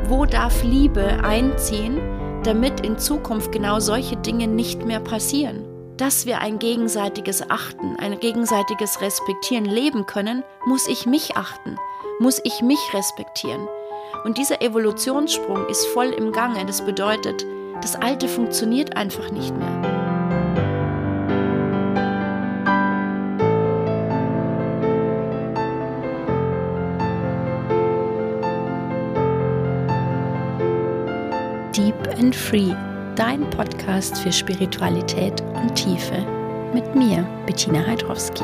Wo darf Liebe einziehen, damit in Zukunft genau solche Dinge nicht mehr passieren? Dass wir ein gegenseitiges Achten, ein gegenseitiges Respektieren leben können, muss ich mich achten, muss ich mich respektieren. Und dieser Evolutionssprung ist voll im Gange. Das bedeutet, das Alte funktioniert einfach nicht mehr. Deep and Free, dein Podcast für Spiritualität und Tiefe. Mit mir, Bettina Heidrowski.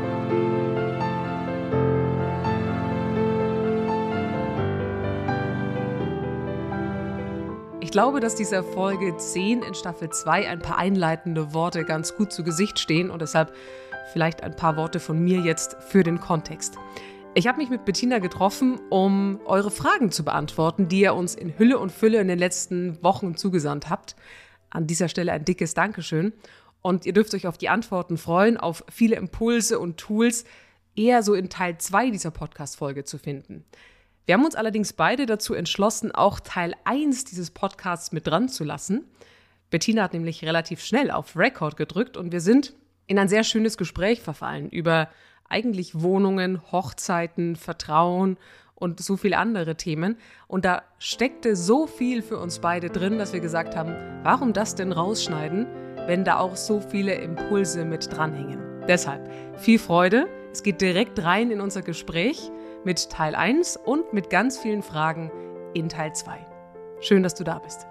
Ich glaube, dass dieser Folge 10 in Staffel 2 ein paar einleitende Worte ganz gut zu Gesicht stehen und deshalb vielleicht ein paar Worte von mir jetzt für den Kontext. Ich habe mich mit Bettina getroffen, um eure Fragen zu beantworten, die ihr uns in Hülle und Fülle in den letzten Wochen zugesandt habt. An dieser Stelle ein dickes Dankeschön. Und ihr dürft euch auf die Antworten freuen, auf viele Impulse und Tools, eher so in Teil 2 dieser Podcast-Folge zu finden. Wir haben uns allerdings beide dazu entschlossen, auch Teil 1 dieses Podcasts mit dran zu lassen. Bettina hat nämlich relativ schnell auf Record gedrückt und wir sind in ein sehr schönes Gespräch verfallen über eigentlich Wohnungen, Hochzeiten, Vertrauen und so viele andere Themen. Und da steckte so viel für uns beide drin, dass wir gesagt haben, warum das denn rausschneiden, wenn da auch so viele Impulse mit dranhängen. Deshalb viel Freude. Es geht direkt rein in unser Gespräch mit Teil 1 und mit ganz vielen Fragen in Teil 2. Schön, dass du da bist.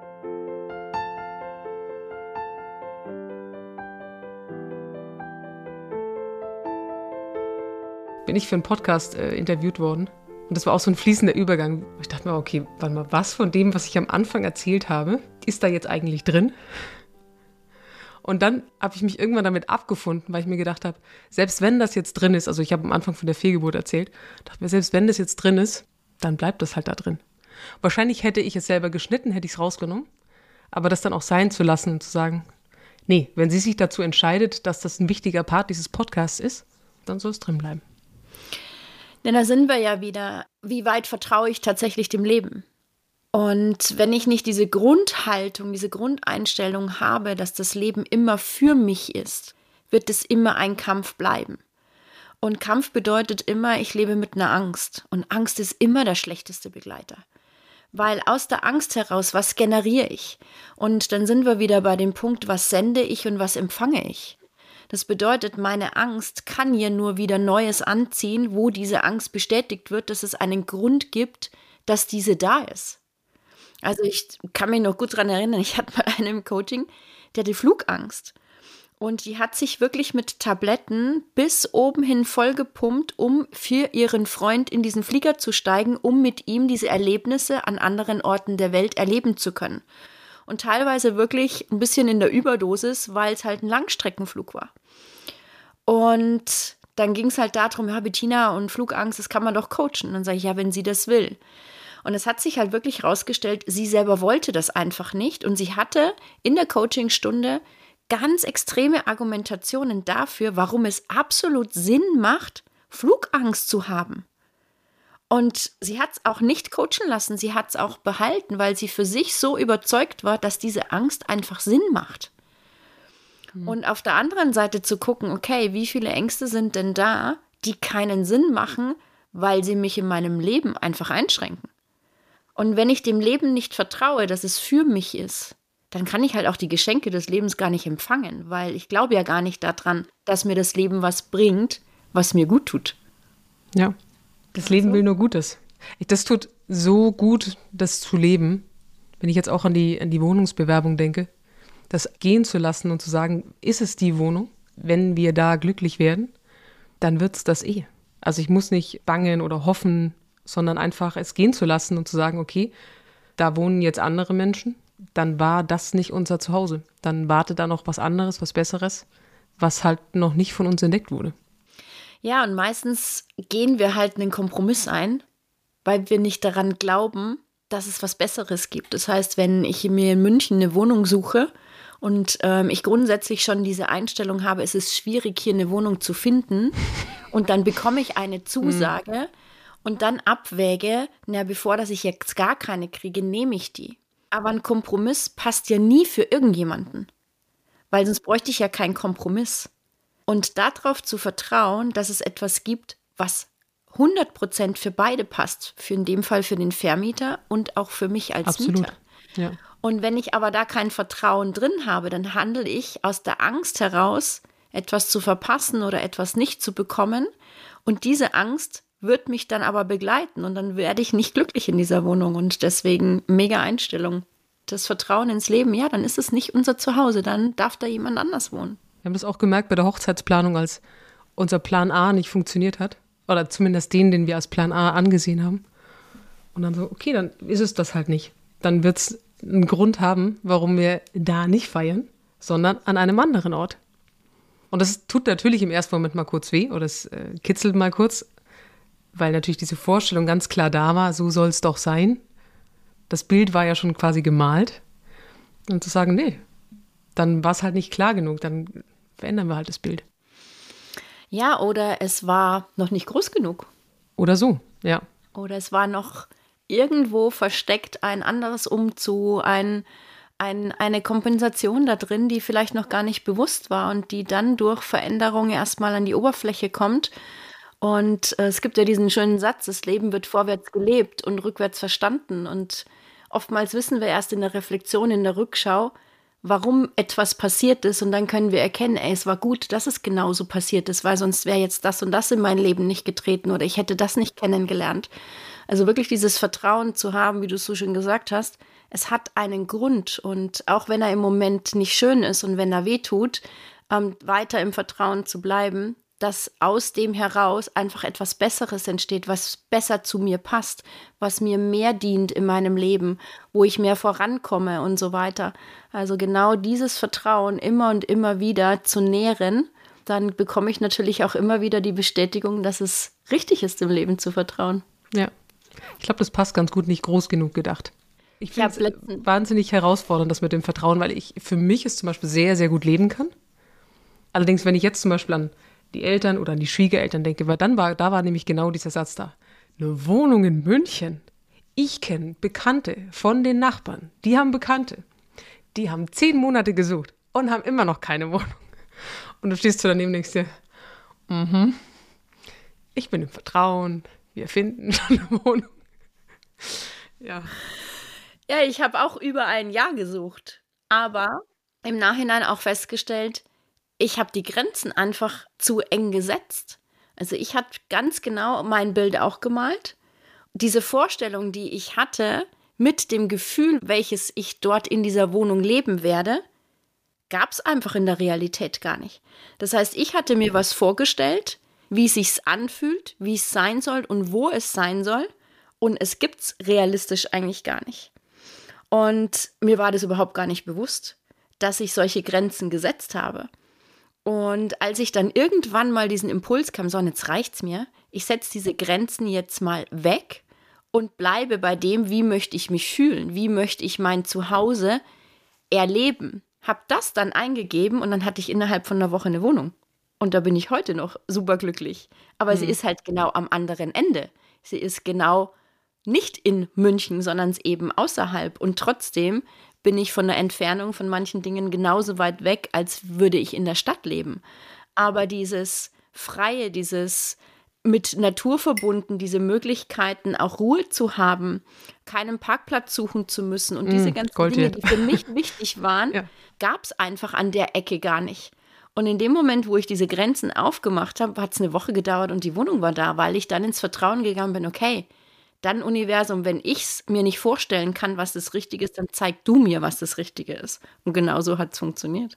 Bin ich für einen Podcast interviewt worden. Und das war auch so ein fließender Übergang. Ich dachte mir, okay, warte mal, was von dem, was ich am Anfang erzählt habe, ist da jetzt eigentlich drin? Und dann habe ich mich irgendwann damit abgefunden, weil ich mir gedacht habe, selbst wenn das jetzt drin ist, also ich habe am Anfang von der Fehlgeburt erzählt, dachte mir, selbst wenn das jetzt drin ist, dann bleibt das halt da drin. Wahrscheinlich hätte ich es selber geschnitten, hätte ich es rausgenommen, aber das dann auch sein zu lassen und zu sagen, nee, wenn sie sich dazu entscheidet, dass das ein wichtiger Part dieses Podcasts ist, dann soll es drin bleiben. Denn da sind wir ja wieder, wie weit vertraue ich tatsächlich dem Leben? Und wenn ich nicht diese Grundhaltung, diese Grundeinstellung habe, dass das Leben immer für mich ist, wird es immer ein Kampf bleiben. Und Kampf bedeutet immer, ich lebe mit einer Angst. Und Angst ist immer der schlechteste Begleiter. Weil aus der Angst heraus, was generiere ich? Und dann sind wir wieder bei dem Punkt, was sende ich und was empfange ich? Das bedeutet, meine Angst kann hier nur wieder Neues anziehen, wo diese Angst bestätigt wird, dass es einen Grund gibt, dass diese da ist. Also ich kann mich noch gut daran erinnern, ich hatte mal einen im Coaching, der hatte Flugangst. Und die hat sich wirklich mit Tabletten bis oben hin vollgepumpt, um für ihren Freund in diesen Flieger zu steigen, um mit ihm diese Erlebnisse an anderen Orten der Welt erleben zu können. Und teilweise wirklich ein bisschen in der Überdosis, weil es halt ein Langstreckenflug war. Und dann ging es halt darum, ja, Bettina und Flugangst, das kann man doch coachen. Und dann sage ich, ja, wenn sie das will. Und es hat sich halt wirklich herausgestellt, sie selber wollte das einfach nicht. Und sie hatte in der Coachingstunde ganz extreme Argumentationen dafür, warum es absolut Sinn macht, Flugangst zu haben. Und sie hat es auch nicht coachen lassen, sie hat es auch behalten, weil sie für sich so überzeugt war, dass diese Angst einfach Sinn macht. Und auf der anderen Seite zu gucken, okay, wie viele Ängste sind denn da, die keinen Sinn machen, weil sie mich in meinem Leben einfach einschränken. Und wenn ich dem Leben nicht vertraue, dass es für mich ist, dann kann ich halt auch die Geschenke des Lebens gar nicht empfangen, weil ich glaube ja gar nicht daran, dass mir das Leben was bringt, was mir gut tut. Ja, das Leben will nur Gutes. Das tut so gut, das zu leben, wenn ich jetzt auch an die Wohnungsbewerbung denke, das gehen zu lassen und zu sagen, ist es die Wohnung? Wenn wir da glücklich werden, dann wird es das eh. Also ich muss nicht bangen oder hoffen, sondern einfach es gehen zu lassen und zu sagen, okay, da wohnen jetzt andere Menschen, dann war das nicht unser Zuhause. Dann wartet da noch was anderes, was Besseres, was halt noch nicht von uns entdeckt wurde. Ja, und meistens gehen wir halt einen Kompromiss ein, weil wir nicht daran glauben, dass es was Besseres gibt. Das heißt, wenn ich mir in München eine Wohnung suche und ich grundsätzlich schon diese Einstellung habe, es ist schwierig, hier eine Wohnung zu finden und dann bekomme ich eine Zusage und dann abwäge, na, bevor dass ich jetzt gar keine kriege, nehme ich die. Aber ein Kompromiss passt ja nie für irgendjemanden, weil sonst bräuchte ich ja keinen Kompromiss. Und darauf zu vertrauen, dass es etwas gibt, was 100% für beide passt, für in dem Fall für den Vermieter und auch für mich als Absolut. Mieter. Ja. Und wenn ich aber da kein Vertrauen drin habe, dann handle ich aus der Angst heraus, etwas zu verpassen oder etwas nicht zu bekommen. Und diese Angst wird mich dann aber begleiten und dann werde ich nicht glücklich in dieser Wohnung. Und deswegen mega Einstellung. Das Vertrauen ins Leben, ja, dann ist es nicht unser Zuhause, dann darf da jemand anders wohnen. Wir haben das auch gemerkt bei der Hochzeitsplanung, als unser Plan A nicht funktioniert hat. Oder zumindest den wir als Plan A angesehen haben. Und dann so, okay, dann ist es das halt nicht. Dann wird es einen Grund haben, warum wir da nicht feiern, sondern an einem anderen Ort. Und das tut natürlich im ersten Moment mal kurz weh oder es kitzelt mal kurz, weil natürlich diese Vorstellung ganz klar da war, so soll es doch sein. Das Bild war ja schon quasi gemalt. Und zu sagen, nee, dann war es halt nicht klar genug, dann verändern wir halt das Bild. Ja, oder es war noch nicht groß genug. Oder so, ja. Oder es war noch irgendwo versteckt ein anderes eine Kompensation da drin, die vielleicht noch gar nicht bewusst war und die dann durch Veränderung erstmal an die Oberfläche kommt. Und es gibt ja diesen schönen Satz, das Leben wird vorwärts gelebt und rückwärts verstanden. Und oftmals wissen wir erst in der Reflexion, in der Rückschau, warum etwas passiert ist. Und dann können wir erkennen, es war gut, dass es genauso passiert ist, weil sonst wäre jetzt das und das in mein Leben nicht getreten oder ich hätte das nicht kennengelernt. Also wirklich dieses Vertrauen zu haben, wie du es so schön gesagt hast, es hat einen Grund. Und auch wenn er im Moment nicht schön ist und wenn er wehtut, weiter im Vertrauen zu bleiben, dass aus dem heraus einfach etwas Besseres entsteht, was besser zu mir passt, was mir mehr dient in meinem Leben, wo ich mehr vorankomme und so weiter. Also genau dieses Vertrauen immer und immer wieder zu nähren, dann bekomme ich natürlich auch immer wieder die Bestätigung, dass es richtig ist, im Leben zu vertrauen. Ja, ich glaube, das passt ganz gut, nicht groß genug gedacht. Ich finde es wahnsinnig herausfordernd, das mit dem Vertrauen, weil ich für mich es zum Beispiel sehr, sehr gut leben kann. Allerdings, wenn ich jetzt zum Beispiel an die Eltern oder an die Schwiegereltern denke, weil da war nämlich genau dieser Satz da. Eine Wohnung in München. Ich kenne Bekannte von den Nachbarn. Die haben Bekannte. Die haben 10 Monate gesucht und haben immer noch keine Wohnung. Und du stehst so daneben und denkst dir, ich bin im Vertrauen, wir finden schon eine Wohnung. Ja. Ja, ich habe auch über ein Jahr gesucht, aber im Nachhinein auch festgestellt, ich habe die Grenzen einfach zu eng gesetzt. Also ich habe ganz genau mein Bild auch gemalt. Diese Vorstellung, die ich hatte, mit dem Gefühl, welches ich dort in dieser Wohnung leben werde, gab es einfach in der Realität gar nicht. Das heißt, ich hatte mir was vorgestellt, wie es sich anfühlt, wie es sein soll und wo es sein soll. Und es gibt es realistisch eigentlich gar nicht. Und mir war das überhaupt gar nicht bewusst, dass ich solche Grenzen gesetzt habe. Und als ich dann irgendwann mal diesen Impuls kam, so, und jetzt reicht's mir, ich setze diese Grenzen jetzt mal weg und bleibe bei dem, wie möchte ich mich fühlen, wie möchte ich mein Zuhause erleben. Hab das dann eingegeben und dann hatte ich innerhalb von einer Woche eine Wohnung. Und da bin ich heute noch super glücklich. Aber sie ist halt genau am anderen Ende. Sie ist genau nicht in München, sondern eben außerhalb. Und trotzdem bin ich von der Entfernung von manchen Dingen genauso weit weg, als würde ich in der Stadt leben. Aber dieses Freie, dieses mit Natur verbunden, diese Möglichkeiten, auch Ruhe zu haben, keinen Parkplatz suchen zu müssen und diese ganzen Dinge, die für mich wichtig waren, gab es einfach an der Ecke gar nicht. Und in dem Moment, wo ich diese Grenzen aufgemacht habe, hat es eine Woche gedauert und die Wohnung war da, weil ich dann ins Vertrauen gegangen bin, okay, dann Universum, wenn ich es mir nicht vorstellen kann, was das Richtige ist, dann zeig du mir, was das Richtige ist. Und genau so hat es funktioniert.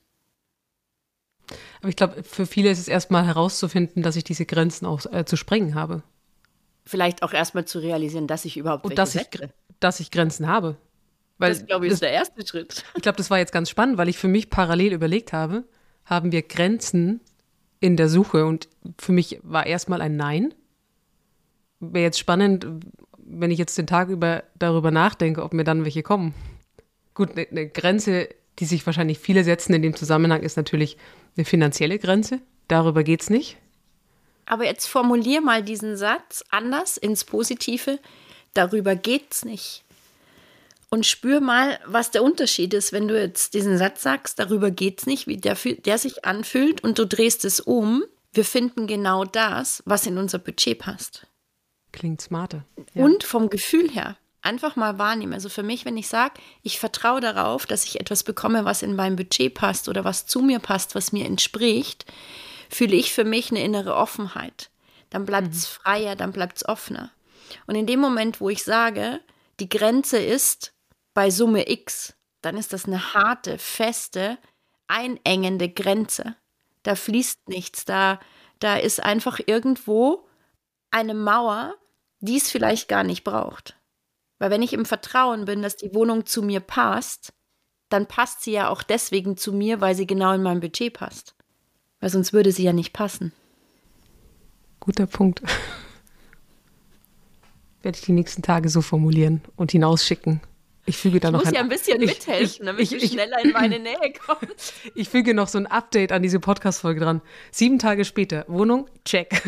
Aber ich glaube, für viele ist es erstmal herauszufinden, dass ich diese Grenzen auch zu sprengen habe. Vielleicht auch erstmal zu realisieren, dass ich überhaupt welche setze. Dass ich Grenzen habe. Weil das, glaube ich, ist der erste Schritt. Ich glaube, das war jetzt ganz spannend, weil ich für mich parallel überlegt habe, haben wir Grenzen in der Suche? Und für mich war erstmal ein Nein. Wäre jetzt spannend, wenn ich jetzt den Tag über darüber nachdenke, ob mir dann welche kommen. Gut, eine Grenze, die sich wahrscheinlich viele setzen in dem Zusammenhang, ist natürlich eine finanzielle Grenze. Darüber geht es nicht. Aber jetzt formulier mal diesen Satz anders ins Positive. Darüber geht's nicht. Und spür mal, was der Unterschied ist, wenn du jetzt diesen Satz sagst, darüber geht's nicht, wie der sich anfühlt und du drehst es um. Wir finden genau das, was in unser Budget passt. Klingt smarter. Ja. Und vom Gefühl her einfach mal wahrnehmen. Also für mich, wenn ich sage, ich vertraue darauf, dass ich etwas bekomme, was in mein Budget passt oder was zu mir passt, was mir entspricht, fühle ich für mich eine innere Offenheit. Dann bleibt es freier, dann bleibt es offener. Und in dem Moment, wo ich sage, die Grenze ist bei Summe X, dann ist das eine harte, feste, einengende Grenze. Da fließt nichts, da ist einfach irgendwo eine Mauer, die es vielleicht gar nicht braucht. Weil wenn ich im Vertrauen bin, dass die Wohnung zu mir passt, dann passt sie ja auch deswegen zu mir, weil sie genau in mein Budget passt. Weil sonst würde sie ja nicht passen. Guter Punkt. Werde ich die nächsten Tage so formulieren und hinausschicken. Ich füge da noch muss ja ein bisschen mithelfen, damit du schneller in meine Nähe kommst. Ich füge noch so ein Update an diese Podcast-Folge dran. 7 Tage später, Wohnung, check.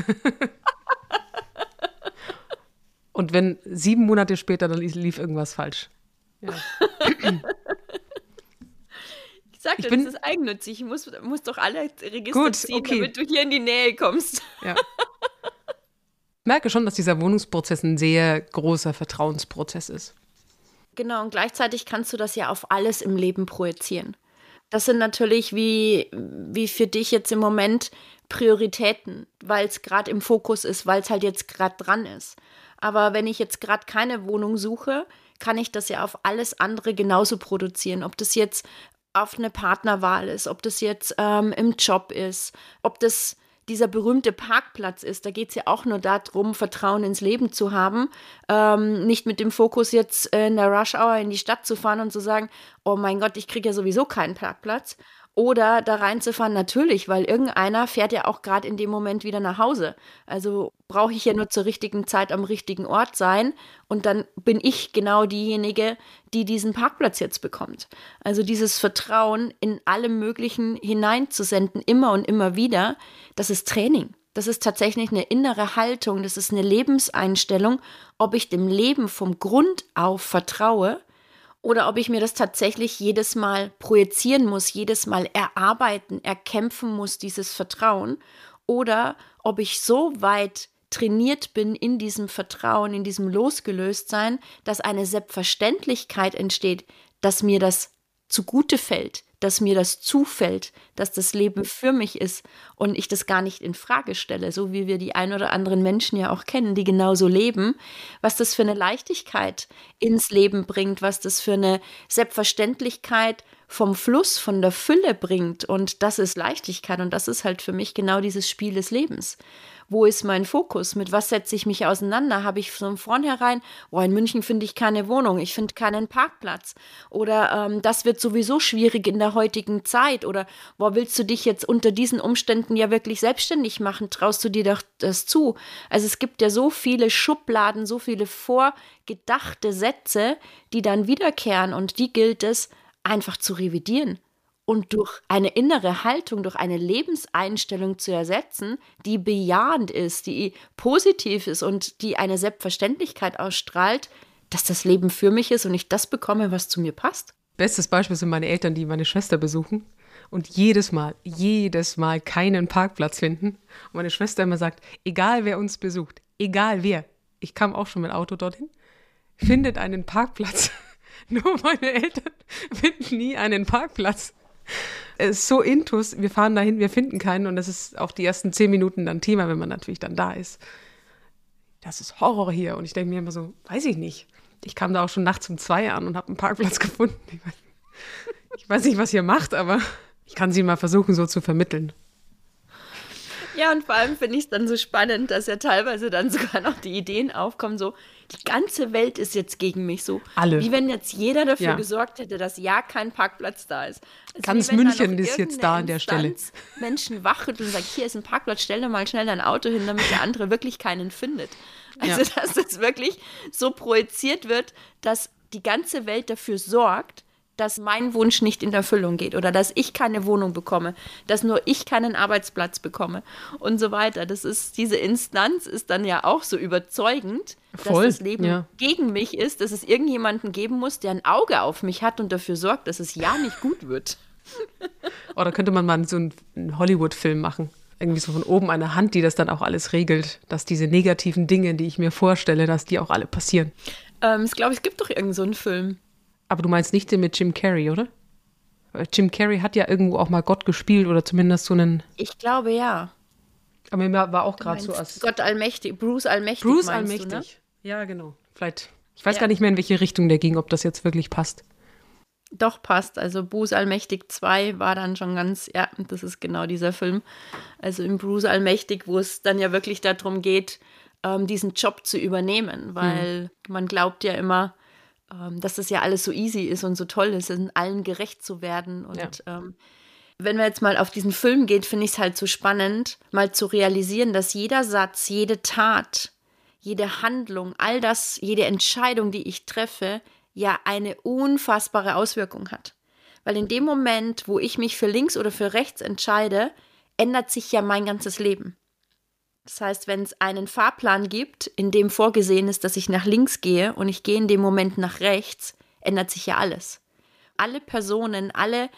Und wenn 7 Monate später, dann lief irgendwas falsch. Ja. Ich sagte, das ist eigennützig. Ich muss doch alle Register ziehen, damit du hier in die Nähe kommst. Ja. Ich merke schon, dass dieser Wohnungsprozess ein sehr großer Vertrauensprozess ist. Genau, und gleichzeitig kannst du das ja auf alles im Leben projizieren. Das sind natürlich wie für dich jetzt im Moment Prioritäten, weil es gerade im Fokus ist, weil es halt jetzt gerade dran ist. Aber wenn ich jetzt gerade keine Wohnung suche, kann ich das ja auf alles andere genauso produzieren. Ob das jetzt auf eine Partnerwahl ist, ob das jetzt im Job ist, ob das dieser berühmte Parkplatz ist. Da geht es ja auch nur darum, Vertrauen ins Leben zu haben. Nicht mit dem Fokus jetzt in der Rush-Hour in die Stadt zu fahren und zu sagen, oh mein Gott, ich kriege ja sowieso keinen Parkplatz. Oder da reinzufahren, natürlich, weil irgendeiner fährt ja auch gerade in dem Moment wieder nach Hause. Also brauche ich ja nur zur richtigen Zeit am richtigen Ort sein und dann bin ich genau diejenige, die diesen Parkplatz jetzt bekommt. Also dieses Vertrauen in allem Möglichen hineinzusenden, immer und immer wieder, das ist Training. Das ist tatsächlich eine innere Haltung, das ist eine Lebenseinstellung, ob ich dem Leben vom Grund auf vertraue, oder ob ich mir das tatsächlich jedes Mal projizieren muss, jedes Mal erarbeiten, erkämpfen muss, dieses Vertrauen. Oder ob ich so weit trainiert bin in diesem Vertrauen, in diesem Losgelöstsein, dass eine Selbstverständlichkeit entsteht, dass mir das zugute fällt, dass mir das zufällt, dass das Leben für mich ist und ich das gar nicht in Frage stelle, so wie wir die ein oder anderen Menschen ja auch kennen, die genauso leben, was das für eine Leichtigkeit ins Leben bringt, was das für eine Selbstverständlichkeit vom Fluss, von der Fülle bringt. Und das ist Leichtigkeit und das ist halt für mich genau dieses Spiel des Lebens. Wo ist mein Fokus? Mit was setze ich mich auseinander? Habe ich von vornherein, in München finde ich keine Wohnung, ich finde keinen Parkplatz. Oder das wird sowieso schwierig in der heutigen Zeit. Oder willst du dich jetzt unter diesen Umständen ja wirklich selbstständig machen? Traust du dir doch das zu? Also es gibt ja so viele Schubladen, so viele vorgedachte Sätze, die dann wiederkehren und die gilt es einfach zu revidieren. Und durch eine innere Haltung, durch eine Lebenseinstellung zu ersetzen, die bejahend ist, die positiv ist und die eine Selbstverständlichkeit ausstrahlt, dass das Leben für mich ist und ich das bekomme, was zu mir passt. Bestes Beispiel sind meine Eltern, die meine Schwester besuchen und jedes Mal keinen Parkplatz finden. Und meine Schwester immer sagt, egal wer uns besucht, egal wer, ich kam auch schon mit Auto dorthin, findet einen Parkplatz. Nur meine Eltern finden nie einen Parkplatz. Es ist so intus, wir fahren dahin, wir finden keinen und das ist auch die ersten 10 Minuten dann Thema, wenn man natürlich dann da ist. Das ist Horror hier und ich denke mir immer so, weiß ich nicht. Ich kam da auch schon nachts um 2 an und habe einen Parkplatz gefunden. Ich weiß nicht, was ihr macht, aber ich kann sie mal versuchen, so zu vermitteln. Ja, und vor allem finde ich es dann so spannend, dass ja teilweise dann sogar noch die Ideen aufkommen, so, die ganze Welt ist jetzt gegen mich, so. Alle. Wie wenn jetzt jeder dafür gesorgt hätte, dass ja kein Parkplatz da ist. Also ganz München ist jetzt da an der Stelle. Menschen wachrütteln und sagt, hier ist ein Parkplatz, stell dir mal schnell dein Auto hin, damit der andere wirklich keinen findet. Also, dass das wirklich so projiziert wird, dass die ganze Welt dafür sorgt, dass mein Wunsch nicht in Erfüllung geht oder dass ich keine Wohnung bekomme, dass nur ich keinen Arbeitsplatz bekomme und so weiter. Diese Instanz ist dann ja auch so überzeugend, Voll, dass das Leben gegen mich ist, dass es irgendjemanden geben muss, der ein Auge auf mich hat und dafür sorgt, dass es ja nicht gut wird. Oder könnte man mal so einen Hollywood-Film machen? Irgendwie so von oben eine Hand, die das dann auch alles regelt, dass diese negativen Dinge, die ich mir vorstelle, dass die auch alle passieren. Ich glaube, es gibt doch irgend so einen Film. Aber du meinst nicht den mit Jim Carrey, oder? Jim Carrey hat ja irgendwo auch mal Gott gespielt oder zumindest so einen... Ich glaube, ja. Aber mir war auch gerade so als... Gott allmächtig, Bruce Allmächtig Bruce meinst Allmächtig. Du, ne? Ja, genau. Vielleicht. Ich weiß gar nicht mehr, in welche Richtung der ging, ob das jetzt wirklich passt. Doch, passt. Also Bruce Allmächtig 2 war dann schon ganz, ja, das ist genau dieser Film. Also in Bruce Allmächtig, wo es dann ja wirklich darum geht, diesen Job zu übernehmen, weil man glaubt ja immer, dass das ja alles so easy ist und so toll ist, in allen gerecht zu werden. Und wenn wir jetzt mal auf diesen Film geht, finde ich es halt so spannend, mal zu realisieren, dass jeder Satz, jede Tat, jede Handlung, all das, jede Entscheidung, die ich treffe, ja eine unfassbare Auswirkung hat. Weil in dem Moment, wo ich mich für links oder für rechts entscheide, ändert sich ja mein ganzes Leben. Das heißt, wenn es einen Fahrplan gibt, in dem vorgesehen ist, dass ich nach links gehe und ich gehe in dem Moment nach rechts, ändert sich ja alles. Alle Personen, alle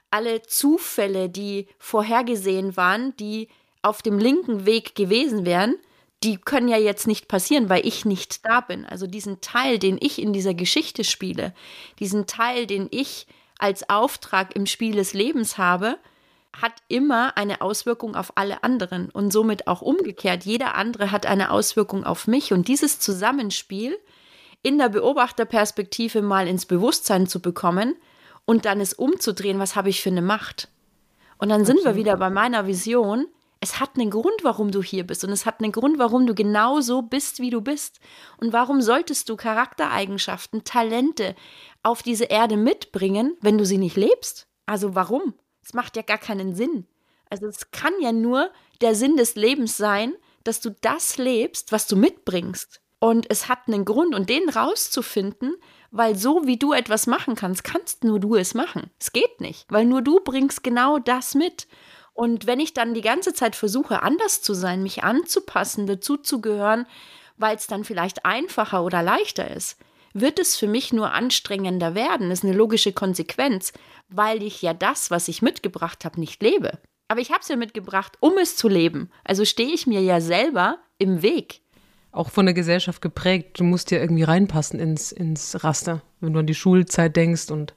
Zufälle, die vorhergesehen waren, die auf dem linken Weg gewesen wären, die können ja jetzt nicht passieren, weil ich nicht da bin. Also diesen Teil, den ich in dieser Geschichte spiele, diesen Teil, den ich als Auftrag im Spiel des Lebens habe, hat immer eine Auswirkung auf alle anderen und somit auch umgekehrt. Jeder andere hat eine Auswirkung auf mich und dieses Zusammenspiel in der Beobachterperspektive mal ins Bewusstsein zu bekommen und dann es umzudrehen, was habe ich für eine Macht? Und dann sind wir wieder bei meiner Vision. Es hat einen Grund, warum du hier bist und es hat einen Grund, warum du genau so bist, wie du bist. Und warum solltest du Charaktereigenschaften, Talente auf diese Erde mitbringen, wenn du sie nicht lebst? Also warum? Es macht ja gar keinen Sinn. Also es kann ja nur der Sinn des Lebens sein, dass du das lebst, was du mitbringst. Und es hat einen Grund und den rauszufinden, weil so wie du etwas machen kannst, kannst nur du es machen. Es geht nicht, weil nur du bringst genau das mit. Und wenn ich dann die ganze Zeit versuche, anders zu sein, mich anzupassen, dazuzugehören, weil es dann vielleicht einfacher oder leichter ist, wird es für mich nur anstrengender werden. Das ist eine logische Konsequenz, weil ich ja das, was ich mitgebracht habe, nicht lebe. Aber ich habe es ja mitgebracht, um es zu leben. Also stehe ich mir ja selber im Weg. Auch von der Gesellschaft geprägt. Du musst ja irgendwie reinpassen ins Raster, wenn du an die Schulzeit denkst. Und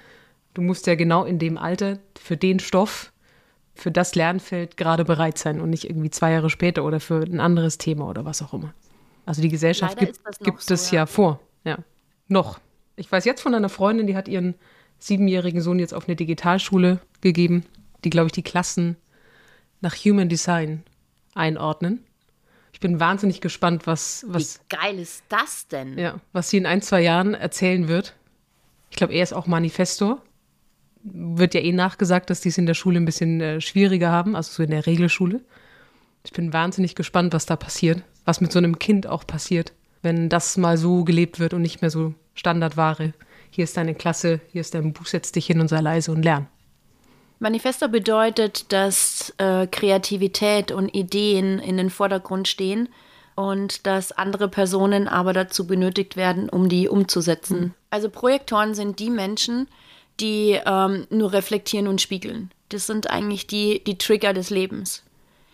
du musst ja genau in dem Alter für den Stoff, für das Lernfeld gerade bereit sein und nicht irgendwie 2 Jahre später oder für ein anderes Thema oder was auch immer. Also die Gesellschaft gibt es ja vor. Ja, noch. Ich weiß jetzt von einer Freundin, die hat ihren 7-jährigen Sohn jetzt auf eine Digitalschule gegeben, die, glaube ich, die Klassen nach Human Design einordnen. Ich bin wahnsinnig gespannt, was Wie geil ist das denn? Ja, was sie in 1-2 Jahren erzählen wird. Ich glaube, er ist auch Manifestor. Wird ja nachgesagt, dass die es in der Schule ein bisschen schwieriger haben, also so in der Regelschule. Ich bin wahnsinnig gespannt, was da passiert, was mit so einem Kind auch passiert, wenn das mal so gelebt wird und nicht mehr so Standardware. Hier ist deine Klasse, hier ist dein Buch, setz dich hin und sei leise und lern. Manifesto bedeutet, dass Kreativität und Ideen in den Vordergrund stehen und dass andere Personen aber dazu benötigt werden, um die umzusetzen. Also Projektoren sind die Menschen, die nur reflektieren und spiegeln. Das sind eigentlich die Trigger des Lebens,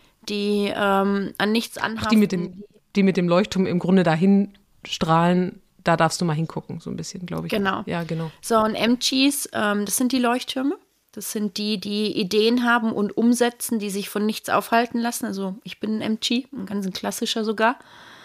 die an nichts anhaften. Die mit dem Leuchtturm im Grunde dahin strahlen, da darfst du mal hingucken, so ein bisschen, glaube ich. Genau. Ja, genau. So, und MGs, das sind die Leuchttürme. Das sind die Ideen haben und umsetzen, die sich von nichts aufhalten lassen. Also ich bin ein MG, ein ganz klassischer sogar.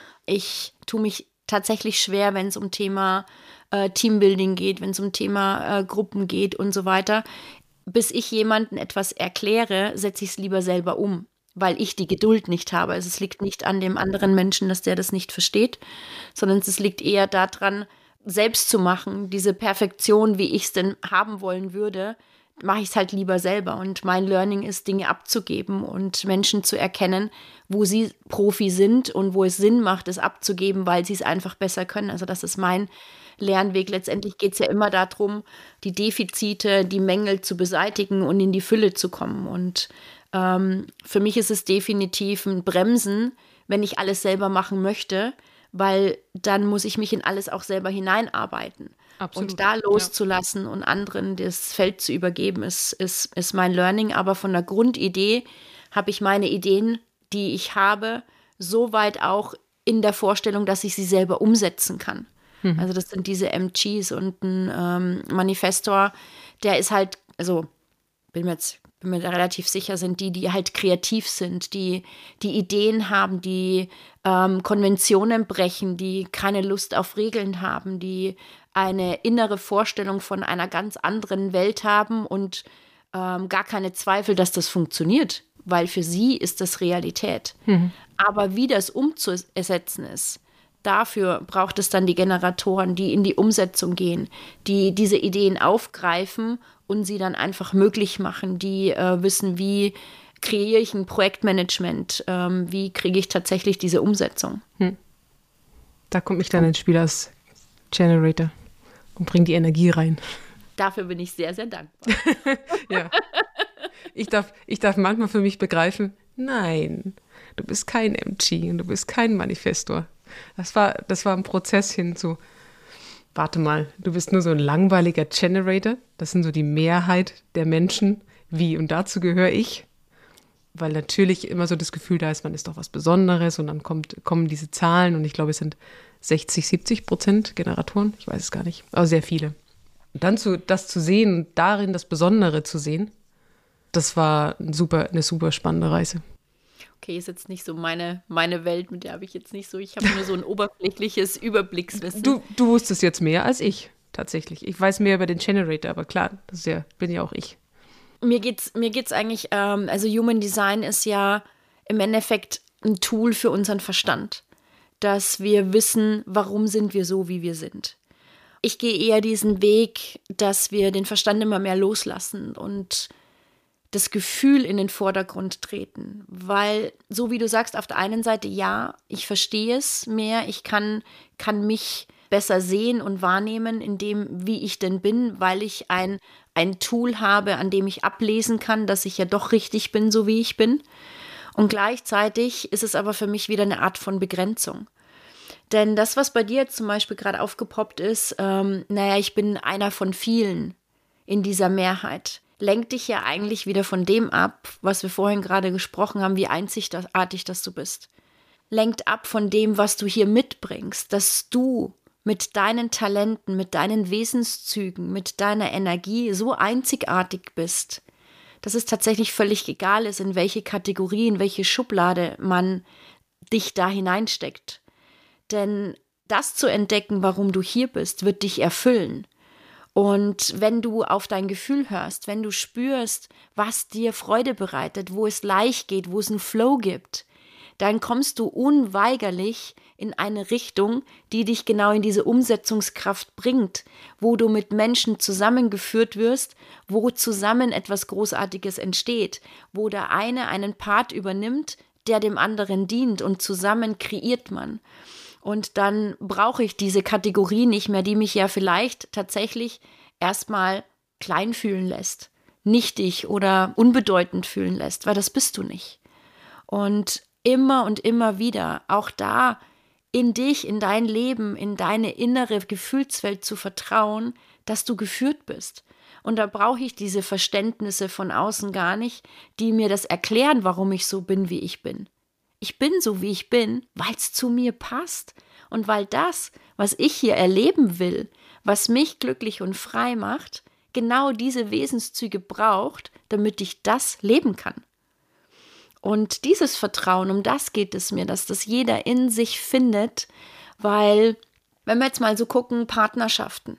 Ich tue mich tatsächlich schwer, wenn es um Thema Teambuilding geht, wenn es um Thema Gruppen geht und so weiter. Bis ich jemandem etwas erkläre, setze ich es lieber selber um, weil ich die Geduld nicht habe. Also es liegt nicht an dem anderen Menschen, dass der das nicht versteht, sondern es liegt eher daran, selbst zu machen, diese Perfektion, wie ich es denn haben wollen würde, mache ich es halt lieber selber. Und mein Learning ist, Dinge abzugeben und Menschen zu erkennen, wo sie Profi sind und wo es Sinn macht, es abzugeben, weil sie es einfach besser können. Also das ist mein Lernweg. Letztendlich geht es ja immer darum, die Defizite, die Mängel zu beseitigen und in die Fülle zu kommen. Und für mich ist es definitiv ein Bremsen, wenn ich alles selber machen möchte, weil dann muss ich mich in alles auch selber hineinarbeiten. Absolut. Und da loszulassen und anderen das Feld zu übergeben, ist mein Learning. Aber von der Grundidee habe ich meine Ideen, die ich habe, so weit auch in der Vorstellung, dass ich sie selber umsetzen kann. Also das sind diese MGs und ein Manifestor, der ist halt, also bin mir da relativ sicher, sind die halt kreativ sind, die Ideen haben, die Konventionen brechen, die keine Lust auf Regeln haben, die eine innere Vorstellung von einer ganz anderen Welt haben und gar keine Zweifel, dass das funktioniert, weil für sie ist das Realität. Aber wie das umzusetzen ist, dafür braucht es dann die Generatoren, die in die Umsetzung gehen, die diese Ideen aufgreifen und sie dann einfach möglich machen, die wissen, wie kreiere ich ein Projektmanagement, wie kriege ich tatsächlich diese Umsetzung. Da kommt mich dann ins Spiel als Generator und bringt die Energie rein. Dafür bin ich sehr, sehr dankbar. Ja. Ich darf manchmal für mich begreifen, nein, du bist kein MG und du bist kein Manifestor. Das war ein Prozess hin zu, warte mal, du bist nur so ein langweiliger Generator. Das sind so die Mehrheit der Menschen. Wie? Und dazu gehöre ich. Weil natürlich immer so das Gefühl da ist, man ist doch was Besonderes und dann kommen diese Zahlen und ich glaube, es sind 60-70% Generatoren. Ich weiß es gar nicht, aber sehr viele. Und dann das zu sehen und darin das Besondere zu sehen, das war eine super spannende Reise. Okay, ist jetzt nicht so meine Welt, mit der habe ich jetzt nicht so, ich habe nur so ein oberflächliches Überblickswissen. Du wusstest jetzt mehr als ich, tatsächlich. Ich weiß mehr über den Generator, aber klar, bin ja auch ich. Mir geht's eigentlich, also Human Design ist ja im Endeffekt ein Tool für unseren Verstand, dass wir wissen, warum sind wir so, wie wir sind. Ich gehe eher diesen Weg, dass wir den Verstand immer mehr loslassen und das Gefühl in den Vordergrund treten, weil, so wie du sagst, auf der einen Seite, ja, ich verstehe es mehr, ich kann mich besser sehen und wahrnehmen in dem, wie ich denn bin, weil ich ein Tool habe, an dem ich ablesen kann, dass ich ja doch richtig bin, so wie ich bin. Und gleichzeitig ist es aber für mich wieder eine Art von Begrenzung. Denn das, was bei dir jetzt zum Beispiel gerade aufgepoppt ist, ich bin einer von vielen in dieser Mehrheit, lenkt dich ja eigentlich wieder von dem ab, was wir vorhin gerade gesprochen haben, wie einzigartig das du bist. Lenkt ab von dem, was du hier mitbringst, dass du mit deinen Talenten, mit deinen Wesenszügen, mit deiner Energie so einzigartig bist, dass es tatsächlich völlig egal ist, in welche Kategorie, in welche Schublade man dich da hineinsteckt. Denn das zu entdecken, warum du hier bist, wird dich erfüllen. Und wenn du auf dein Gefühl hörst, wenn du spürst, was dir Freude bereitet, wo es leicht geht, wo es einen Flow gibt, dann kommst du unweigerlich in eine Richtung, die dich genau in diese Umsetzungskraft bringt, wo du mit Menschen zusammengeführt wirst, wo zusammen etwas Großartiges entsteht, wo der eine einen Part übernimmt, der dem anderen dient und zusammen kreiert man. Und dann brauche ich diese Kategorie nicht mehr, die mich ja vielleicht tatsächlich erstmal klein fühlen lässt, nichtig oder unbedeutend fühlen lässt, weil das bist du nicht. Und immer wieder auch da in dich, in dein Leben, in deine innere Gefühlswelt zu vertrauen, dass du geführt bist. Und da brauche ich diese Verständnisse von außen gar nicht, die mir das erklären, warum ich so bin, wie ich bin. Ich bin so, wie ich bin, weil es zu mir passt und weil das, was ich hier erleben will, was mich glücklich und frei macht, genau diese Wesenszüge braucht, damit ich das leben kann. Und dieses Vertrauen, um das geht es mir, dass das jeder in sich findet, weil, wenn wir jetzt mal so gucken, Partnerschaften.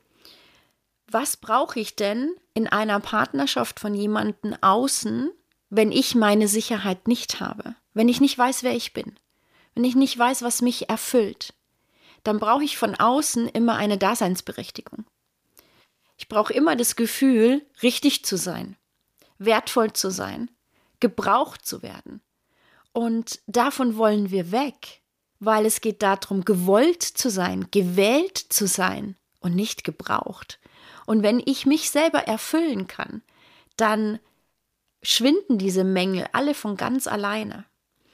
Was brauche ich denn in einer Partnerschaft von jemandem außen, wenn ich meine Sicherheit nicht habe? Wenn ich nicht weiß, wer ich bin, wenn ich nicht weiß, was mich erfüllt, dann brauche ich von außen immer eine Daseinsberechtigung. Ich brauche immer das Gefühl, richtig zu sein, wertvoll zu sein, gebraucht zu werden. Und davon wollen wir weg, weil es geht darum, gewollt zu sein, gewählt zu sein und nicht gebraucht. Und wenn ich mich selber erfüllen kann, dann schwinden diese Mängel alle von ganz alleine.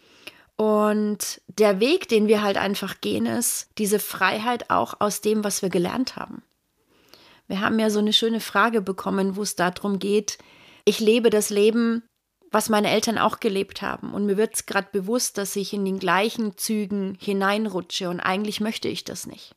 Und der Weg, den wir halt einfach gehen, ist diese Freiheit auch aus dem, was wir gelernt haben. Wir haben ja so eine schöne Frage bekommen, wo es darum geht, ich lebe das Leben, was meine Eltern auch gelebt haben. Und mir wird es gerade bewusst, dass ich in den gleichen Zügen hineinrutsche und eigentlich möchte ich das nicht.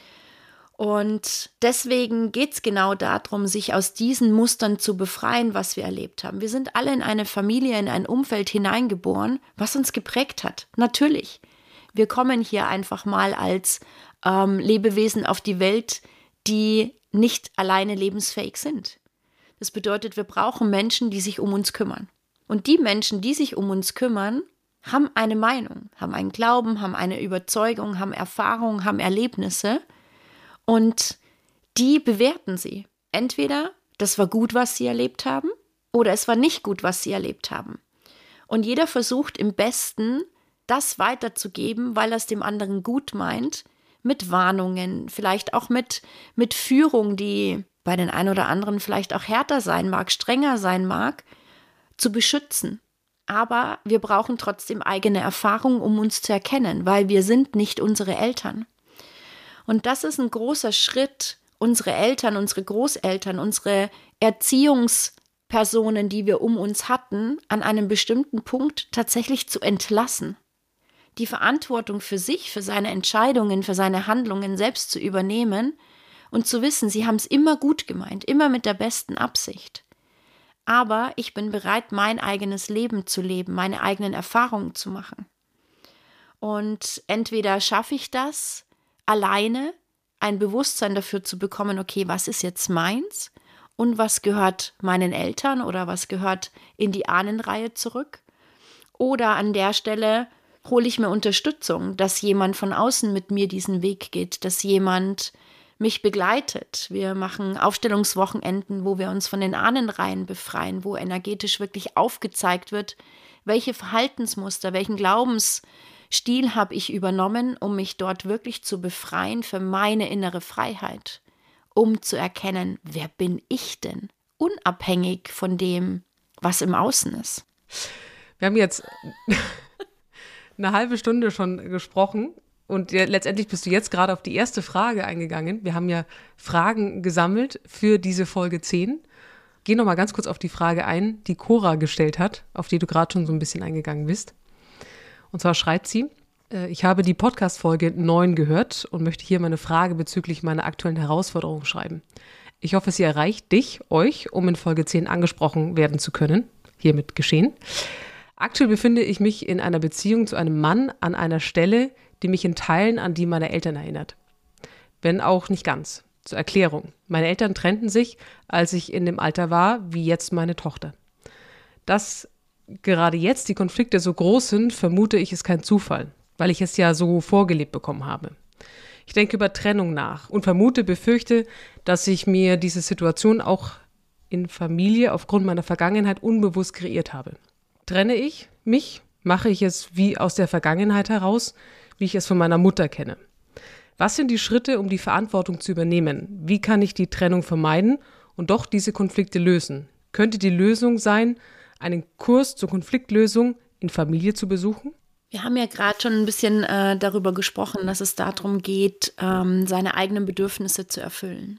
Und deswegen geht es genau darum, sich aus diesen Mustern zu befreien, was wir erlebt haben. Wir sind alle in eine Familie, in ein Umfeld hineingeboren, was uns geprägt hat. Natürlich. Wir kommen hier einfach mal als Lebewesen auf die Welt, die nicht alleine lebensfähig sind. Das bedeutet, wir brauchen Menschen, die sich um uns kümmern. Und die Menschen, die sich um uns kümmern, haben eine Meinung, haben einen Glauben, haben eine Überzeugung, haben Erfahrungen, haben Erlebnisse. Und die bewerten sie. Entweder das war gut, was sie erlebt haben, oder es war nicht gut, was sie erlebt haben. Und jeder versucht im Besten, das weiterzugeben, weil er es dem anderen gut meint, mit Warnungen, vielleicht auch mit Führung, die bei den einen oder anderen vielleicht auch härter sein mag, strenger sein mag, zu beschützen. Aber wir brauchen trotzdem eigene Erfahrung, um uns zu erkennen, weil wir sind nicht unsere Eltern. Und das ist ein großer Schritt, unsere Eltern, unsere Großeltern, unsere Erziehungspersonen, die wir um uns hatten, an einem bestimmten Punkt tatsächlich zu entlassen. Die Verantwortung für sich, für seine Entscheidungen, für seine Handlungen selbst zu übernehmen und zu wissen, sie haben es immer gut gemeint, immer mit der besten Absicht. Aber ich bin bereit, mein eigenes Leben zu leben, meine eigenen Erfahrungen zu machen. Und entweder schaffe ich das, alleine ein Bewusstsein dafür zu bekommen, okay, was ist jetzt meins und was gehört meinen Eltern oder was gehört in die Ahnenreihe zurück. Oder an der Stelle hole ich mir Unterstützung, dass jemand von außen mit mir diesen Weg geht, dass jemand mich begleitet. Wir machen Aufstellungswochenenden, wo wir uns von den Ahnenreihen befreien, wo energetisch wirklich aufgezeigt wird, welche Verhaltensmuster, welchen Glaubensstil habe ich übernommen, um mich dort wirklich zu befreien für meine innere Freiheit, um zu erkennen, wer bin ich denn, unabhängig von dem, was im Außen ist. Wir haben jetzt eine halbe Stunde schon gesprochen und letztendlich bist du jetzt gerade auf die erste Frage eingegangen. Wir haben ja Fragen gesammelt für diese Folge 10. Geh noch mal ganz kurz auf die Frage ein, die Cora gestellt hat, auf die du gerade schon so ein bisschen eingegangen bist. Und zwar schreibt sie, ich habe die Podcast-Folge 9 gehört und möchte hier meine Frage bezüglich meiner aktuellen Herausforderung schreiben. Ich hoffe, sie erreicht euch, um in Folge 10 angesprochen werden zu können. Hiermit geschehen. Aktuell befinde ich mich in einer Beziehung zu einem Mann an einer Stelle, die mich in Teilen an die meiner Eltern erinnert. Wenn auch nicht ganz. Zur Erklärung. Meine Eltern trennten sich, als ich in dem Alter war, wie jetzt meine Tochter. Dass gerade jetzt die Konflikte so groß sind, vermute ich, ist kein Zufall, weil ich es ja so vorgelebt bekommen habe. Ich denke über Trennung nach und befürchte, dass ich mir diese Situation auch in Familie aufgrund meiner Vergangenheit unbewusst kreiert habe. Trenne ich mich, mache ich es wie aus der Vergangenheit heraus, wie ich es von meiner Mutter kenne. Was sind die Schritte, um die Verantwortung zu übernehmen? Wie kann ich die Trennung vermeiden und doch diese Konflikte lösen? Könnte die Lösung sein, einen Kurs zur Konfliktlösung in Familie zu besuchen? Wir haben ja gerade schon ein bisschen darüber gesprochen, dass es darum geht, seine eigenen Bedürfnisse zu erfüllen.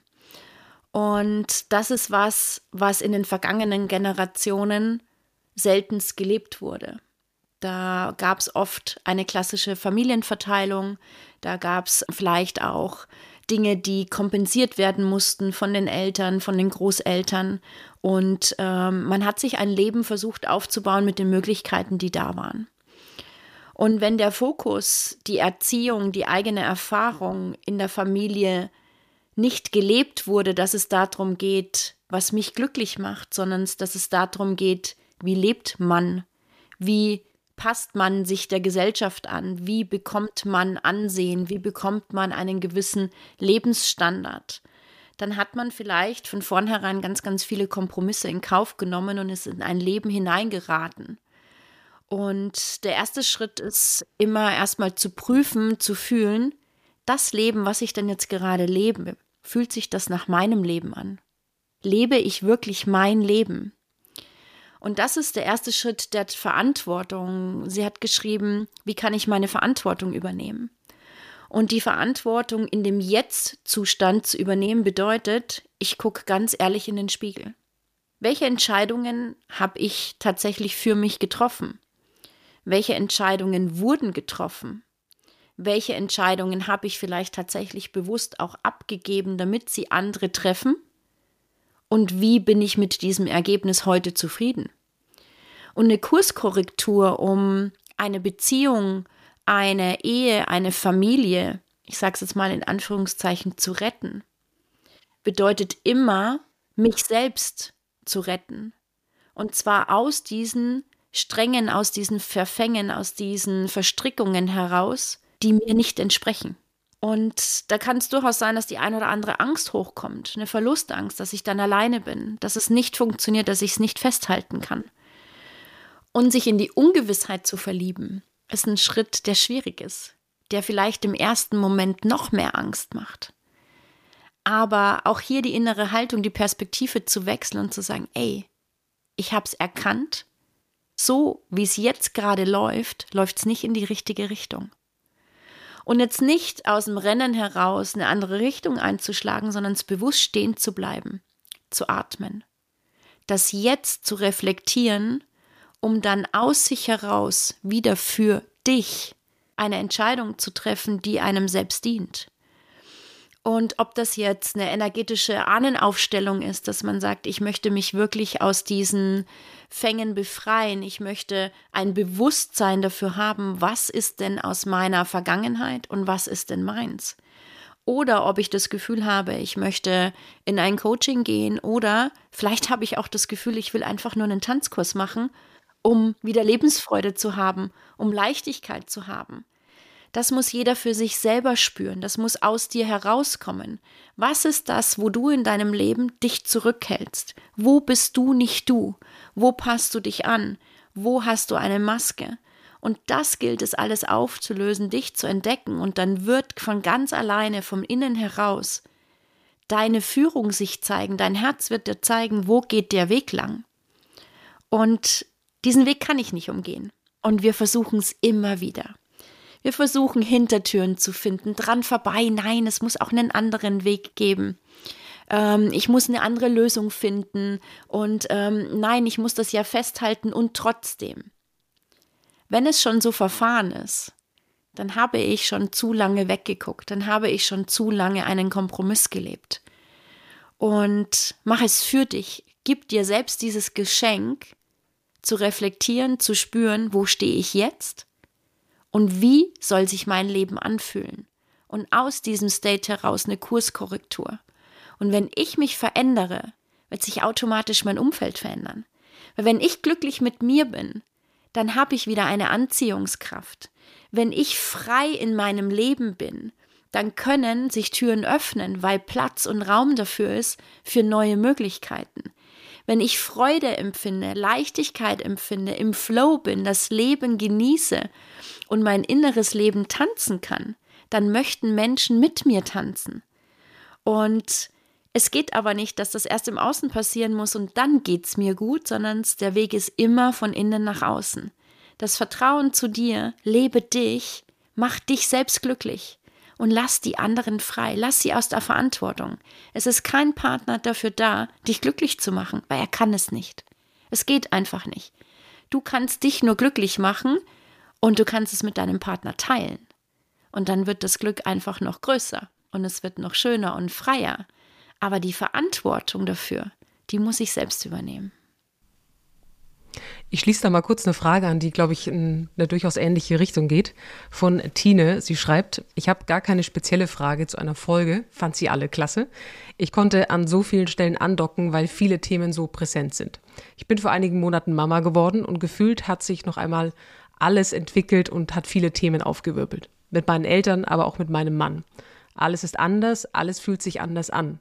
Und das ist was in den vergangenen Generationen seltenst gelebt wurde. Da gab es oft eine klassische Familienverteilung, da gab es vielleicht auch Dinge, die kompensiert werden mussten von den Eltern, von den Großeltern. Und man hat sich ein Leben versucht aufzubauen mit den Möglichkeiten, die da waren. Und wenn der Fokus, die Erziehung, die eigene Erfahrung in der Familie nicht gelebt wurde, dass es darum geht, was mich glücklich macht, sondern dass es darum geht, wie lebt man, wie passt man sich der Gesellschaft an, wie bekommt man Ansehen, wie bekommt man einen gewissen Lebensstandard, dann hat man vielleicht von vornherein ganz, ganz viele Kompromisse in Kauf genommen und ist in ein Leben hineingeraten. Und der erste Schritt ist immer erstmal zu prüfen, zu fühlen, das Leben, was ich denn jetzt gerade lebe, fühlt sich das nach meinem Leben an? Lebe ich wirklich mein Leben? Und das ist der erste Schritt der Verantwortung. Sie hat geschrieben, wie kann ich meine Verantwortung übernehmen? Und die Verantwortung in dem Jetzt-Zustand zu übernehmen bedeutet, ich gucke ganz ehrlich in den Spiegel. Welche Entscheidungen habe ich tatsächlich für mich getroffen? Welche Entscheidungen wurden getroffen? Welche Entscheidungen habe ich vielleicht tatsächlich bewusst auch abgegeben, damit sie andere treffen? Und wie bin ich mit diesem Ergebnis heute zufrieden? Und eine Kurskorrektur, um eine Beziehung, eine Ehe, eine Familie, ich sage es jetzt mal in Anführungszeichen, zu retten, bedeutet immer, mich selbst zu retten. Und zwar aus diesen Strängen, aus diesen Verfängen, aus diesen Verstrickungen heraus, die mir nicht entsprechen. Und da kann es durchaus sein, dass die eine oder andere Angst hochkommt, eine Verlustangst, dass ich dann alleine bin, dass es nicht funktioniert, dass ich es nicht festhalten kann. Und sich in die Ungewissheit zu verlieben, ist ein Schritt, der schwierig ist, der vielleicht im ersten Moment noch mehr Angst macht. Aber auch hier die innere Haltung, die Perspektive zu wechseln und zu sagen, ey, ich habe es erkannt, so wie es jetzt gerade läuft, läuft es nicht in die richtige Richtung. Und jetzt nicht aus dem Rennen heraus eine andere Richtung einzuschlagen, sondern es bewusst stehen zu bleiben, zu atmen. Das Jetzt zu reflektieren, um dann aus sich heraus wieder für dich eine Entscheidung zu treffen, die einem selbst dient. Und ob das jetzt eine energetische Ahnenaufstellung ist, dass man sagt, ich möchte mich wirklich aus diesen Fängen befreien, ich möchte ein Bewusstsein dafür haben, was ist denn aus meiner Vergangenheit und was ist denn meins. Oder ob ich das Gefühl habe, ich möchte in ein Coaching gehen oder vielleicht habe ich auch das Gefühl, ich will einfach nur einen Tanzkurs machen, um wieder Lebensfreude zu haben, um Leichtigkeit zu haben. Das muss jeder für sich selber spüren, das muss aus dir herauskommen. Was ist das, wo du in deinem Leben dich zurückhältst? Wo bist du nicht du? Wo passt du dich an? Wo hast du eine Maske? Und das gilt es alles aufzulösen, dich zu entdecken und dann wird von ganz alleine, vom Innen heraus, deine Führung sich zeigen, dein Herz wird dir zeigen, wo geht der Weg lang. Und diesen Weg kann ich nicht umgehen. Und wir versuchen es immer wieder. Wir versuchen Hintertüren zu finden, dran vorbei. Nein, es muss auch einen anderen Weg geben. Ich muss eine andere Lösung finden. Und nein, ich muss das ja festhalten und trotzdem. Wenn es schon so verfahren ist, dann habe ich schon zu lange weggeguckt. Dann habe ich schon zu lange einen Kompromiss gelebt. Und mach es für dich. Gib dir selbst dieses Geschenk, zu reflektieren, zu spüren, wo stehe ich jetzt? Und wie soll sich mein Leben anfühlen? Und aus diesem State heraus eine Kurskorrektur. Und wenn ich mich verändere, wird sich automatisch mein Umfeld verändern. Weil wenn ich glücklich mit mir bin, dann habe ich wieder eine Anziehungskraft. Wenn ich frei in meinem Leben bin, dann können sich Türen öffnen, weil Platz und Raum dafür ist, für neue Möglichkeiten. Wenn ich Freude empfinde, Leichtigkeit empfinde, im Flow bin, das Leben genieße und mein inneres Leben tanzen kann, dann möchten Menschen mit mir tanzen. Und es geht aber nicht, dass das erst im Außen passieren muss und dann geht's mir gut, sondern der Weg ist immer von innen nach außen. Das Vertrauen zu dir, lebe dich, mach dich selbst glücklich. Und lass die anderen frei, lass sie aus der Verantwortung. Es ist kein Partner dafür da, dich glücklich zu machen, weil er kann es nicht. Es geht einfach nicht. Du kannst dich nur glücklich machen und du kannst es mit deinem Partner teilen. Und dann wird das Glück einfach noch größer und es wird noch schöner und freier. Aber die Verantwortung dafür, die muss ich selbst übernehmen. Ich schließe da mal kurz eine Frage an, die, glaube ich, in eine durchaus ähnliche Richtung geht. Von Tine. Sie schreibt, ich habe gar keine spezielle Frage zu einer Folge, fand sie alle klasse. Ich konnte an so vielen Stellen andocken, weil viele Themen so präsent sind. Ich bin vor einigen Monaten Mama geworden und gefühlt hat sich noch einmal alles entwickelt und hat viele Themen aufgewirbelt. Mit meinen Eltern, aber auch mit meinem Mann. Alles ist anders, alles fühlt sich anders an.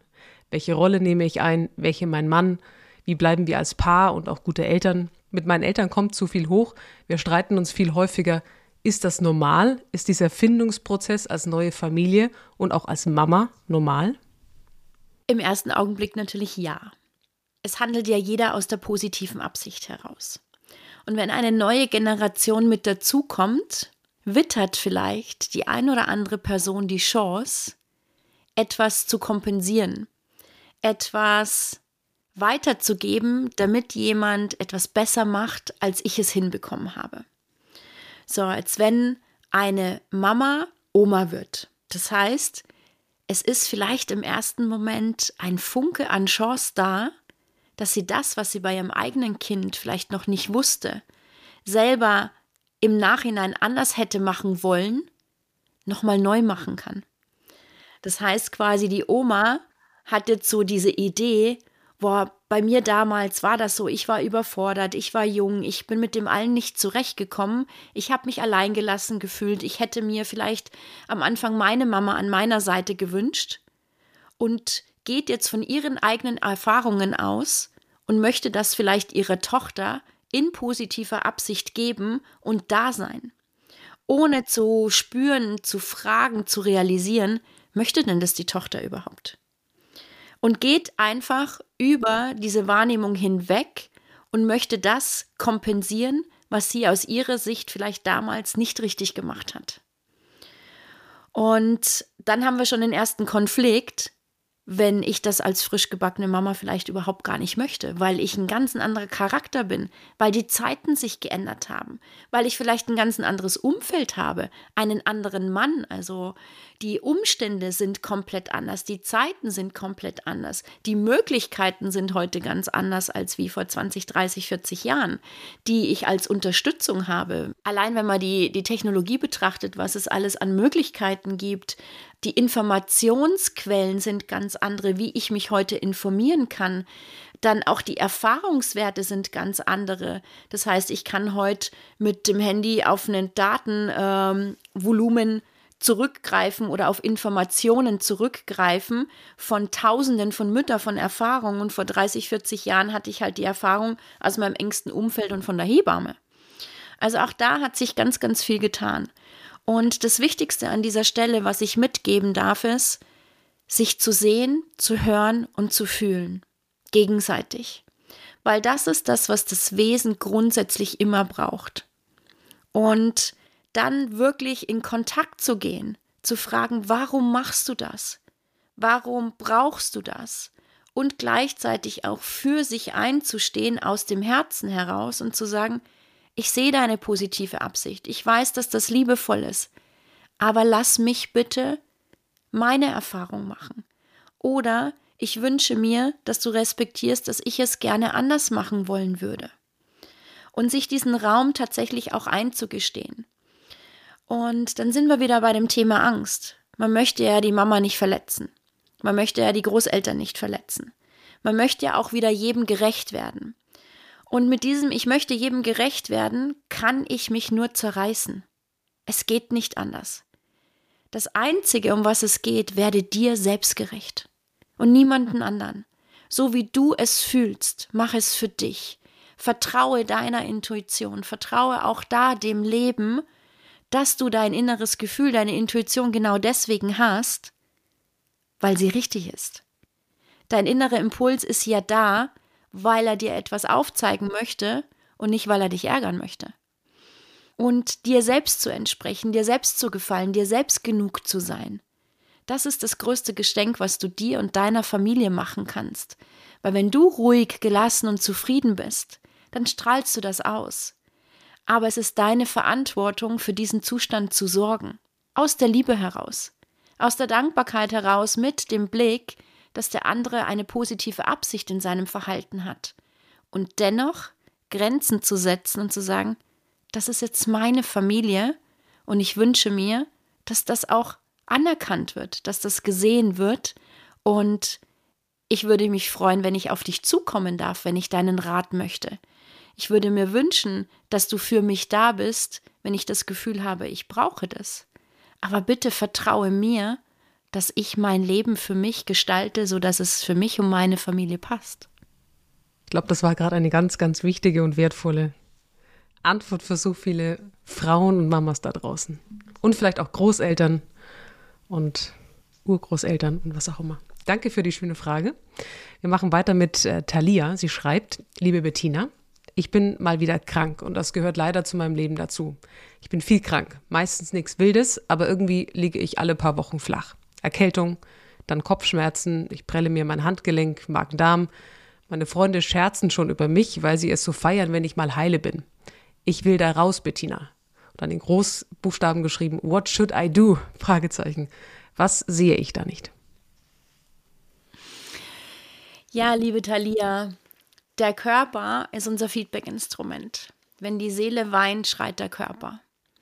Welche Rolle nehme ich ein? Welche mein Mann? Wie bleiben wir als Paar und auch gute Eltern? Mit meinen Eltern kommt zu viel hoch. Wir streiten uns viel häufiger. Ist das normal? Ist dieser Findungsprozess als neue Familie und auch als Mama normal? Im ersten Augenblick natürlich ja. Es handelt ja jeder aus der positiven Absicht heraus. Und wenn eine neue Generation mit dazukommt, wittert vielleicht die ein oder andere Person die Chance, etwas zu kompensieren, etwas weiterzugeben, damit jemand etwas besser macht, als ich es hinbekommen habe. So, als wenn eine Mama Oma wird. Das heißt, es ist vielleicht im ersten Moment ein Funke an Chance da, dass sie das, was sie bei ihrem eigenen Kind vielleicht noch nicht wusste, selber im Nachhinein anders hätte machen wollen, nochmal neu machen kann. Das heißt quasi, die Oma hat jetzt so diese Idee, boah, bei mir damals war das so, ich war überfordert, ich war jung, ich bin mit dem allen nicht zurechtgekommen, ich habe mich alleingelassen gefühlt, ich hätte mir vielleicht am Anfang meine Mama an meiner Seite gewünscht und geht jetzt von ihren eigenen Erfahrungen aus und möchte das vielleicht ihrer Tochter in positiver Absicht geben und da sein. Ohne zu spüren, zu fragen, zu realisieren, möchte denn das die Tochter überhaupt? Und geht einfach über diese Wahrnehmung hinweg und möchte das kompensieren, was sie aus ihrer Sicht vielleicht damals nicht richtig gemacht hat. Und dann haben wir schon den ersten Konflikt, wenn ich das als frisch gebackene Mama vielleicht überhaupt gar nicht möchte, weil ich ein ganz anderer Charakter bin, weil die Zeiten sich geändert haben, weil ich vielleicht ein ganz anderes Umfeld habe, einen anderen Mann, also die Umstände sind komplett anders, die Zeiten sind komplett anders, die Möglichkeiten sind heute ganz anders als wie vor 20, 30, 40 Jahren, die ich als Unterstützung habe. Allein wenn man die Technologie betrachtet, was es alles an Möglichkeiten gibt, die Informationsquellen sind ganz andere, wie ich mich heute informieren kann. Dann auch die Erfahrungswerte sind ganz andere. Das heißt, ich kann heute mit dem Handy auf ein Datenvolumen zurückgreifen oder auf Informationen zurückgreifen von Tausenden von Müttern von Erfahrungen. Und vor 30, 40 Jahren hatte ich halt die Erfahrung aus meinem engsten Umfeld und von der Hebamme. Also auch da hat sich ganz, ganz viel getan. Und das Wichtigste an dieser Stelle, was ich mitgeben darf, ist, sich zu sehen, zu hören und zu fühlen. Gegenseitig. Weil das ist das, was das Wesen grundsätzlich immer braucht. Und dann wirklich in Kontakt zu gehen, zu fragen, warum machst du das? Warum brauchst du das? Und gleichzeitig auch für sich einzustehen aus dem Herzen heraus und zu sagen, ich sehe deine positive Absicht. Ich weiß, dass das liebevoll ist. Aber lass mich bitte meine Erfahrung machen. Oder ich wünsche mir, dass du respektierst, dass ich es gerne anders machen wollen würde. Und sich diesen Raum tatsächlich auch einzugestehen. Und dann sind wir wieder bei dem Thema Angst. Man möchte ja die Mama nicht verletzen. Man möchte ja die Großeltern nicht verletzen. Man möchte ja auch wieder jedem gerecht werden. Und mit diesem Ich möchte jedem gerecht werden, kann ich mich nur zerreißen. Es geht nicht anders. Das Einzige, um was es geht, werde dir selbst gerecht. Und niemanden anderen. So wie du es fühlst, mach es für dich. Vertraue deiner Intuition. Vertraue auch da dem Leben, dass du dein inneres Gefühl, deine Intuition genau deswegen hast, weil sie richtig ist. Dein innerer Impuls ist ja da, weil er dir etwas aufzeigen möchte und nicht, weil er dich ärgern möchte. Und dir selbst zu entsprechen, dir selbst zu gefallen, dir selbst genug zu sein. Das ist das größte Geschenk, was du dir und deiner Familie machen kannst. Weil wenn du ruhig, gelassen und zufrieden bist, dann strahlst du das aus. Aber es ist deine Verantwortung, für diesen Zustand zu sorgen. Aus der Liebe heraus. Aus der Dankbarkeit heraus mit dem Blick, dass der andere eine positive Absicht in seinem Verhalten hat. Und dennoch Grenzen zu setzen und zu sagen, das ist jetzt meine Familie und ich wünsche mir, dass das auch anerkannt wird, dass das gesehen wird und ich würde mich freuen, wenn ich auf dich zukommen darf, wenn ich deinen Rat möchte. Ich würde mir wünschen, dass du für mich da bist, wenn ich das Gefühl habe, ich brauche das. Aber bitte vertraue mir, dass ich mein Leben für mich gestalte, sodass es für mich und meine Familie passt. Ich glaube, das war gerade eine ganz, ganz wichtige und wertvolle Antwort für so viele Frauen und Mamas da draußen. Und vielleicht auch Großeltern und Urgroßeltern und was auch immer. Danke für die schöne Frage. Wir machen weiter mit Thalia. Sie schreibt: Liebe Bettina, ich bin mal wieder krank und das gehört leider zu meinem Leben dazu. Ich bin viel krank, meistens nichts Wildes, aber irgendwie liege ich alle paar Wochen flach. Erkältung, dann Kopfschmerzen, ich prelle mir mein Handgelenk, Magen-Darm. Meine Freunde scherzen schon über mich, weil sie es so feiern, wenn ich mal heile bin. Ich will da raus, Bettina. Und dann in Großbuchstaben geschrieben: What should I do? Fragezeichen. Was sehe ich da nicht? Ja, liebe Thalia, der Körper ist unser Feedback-Instrument. Wenn die Seele weint, schreit der Körper.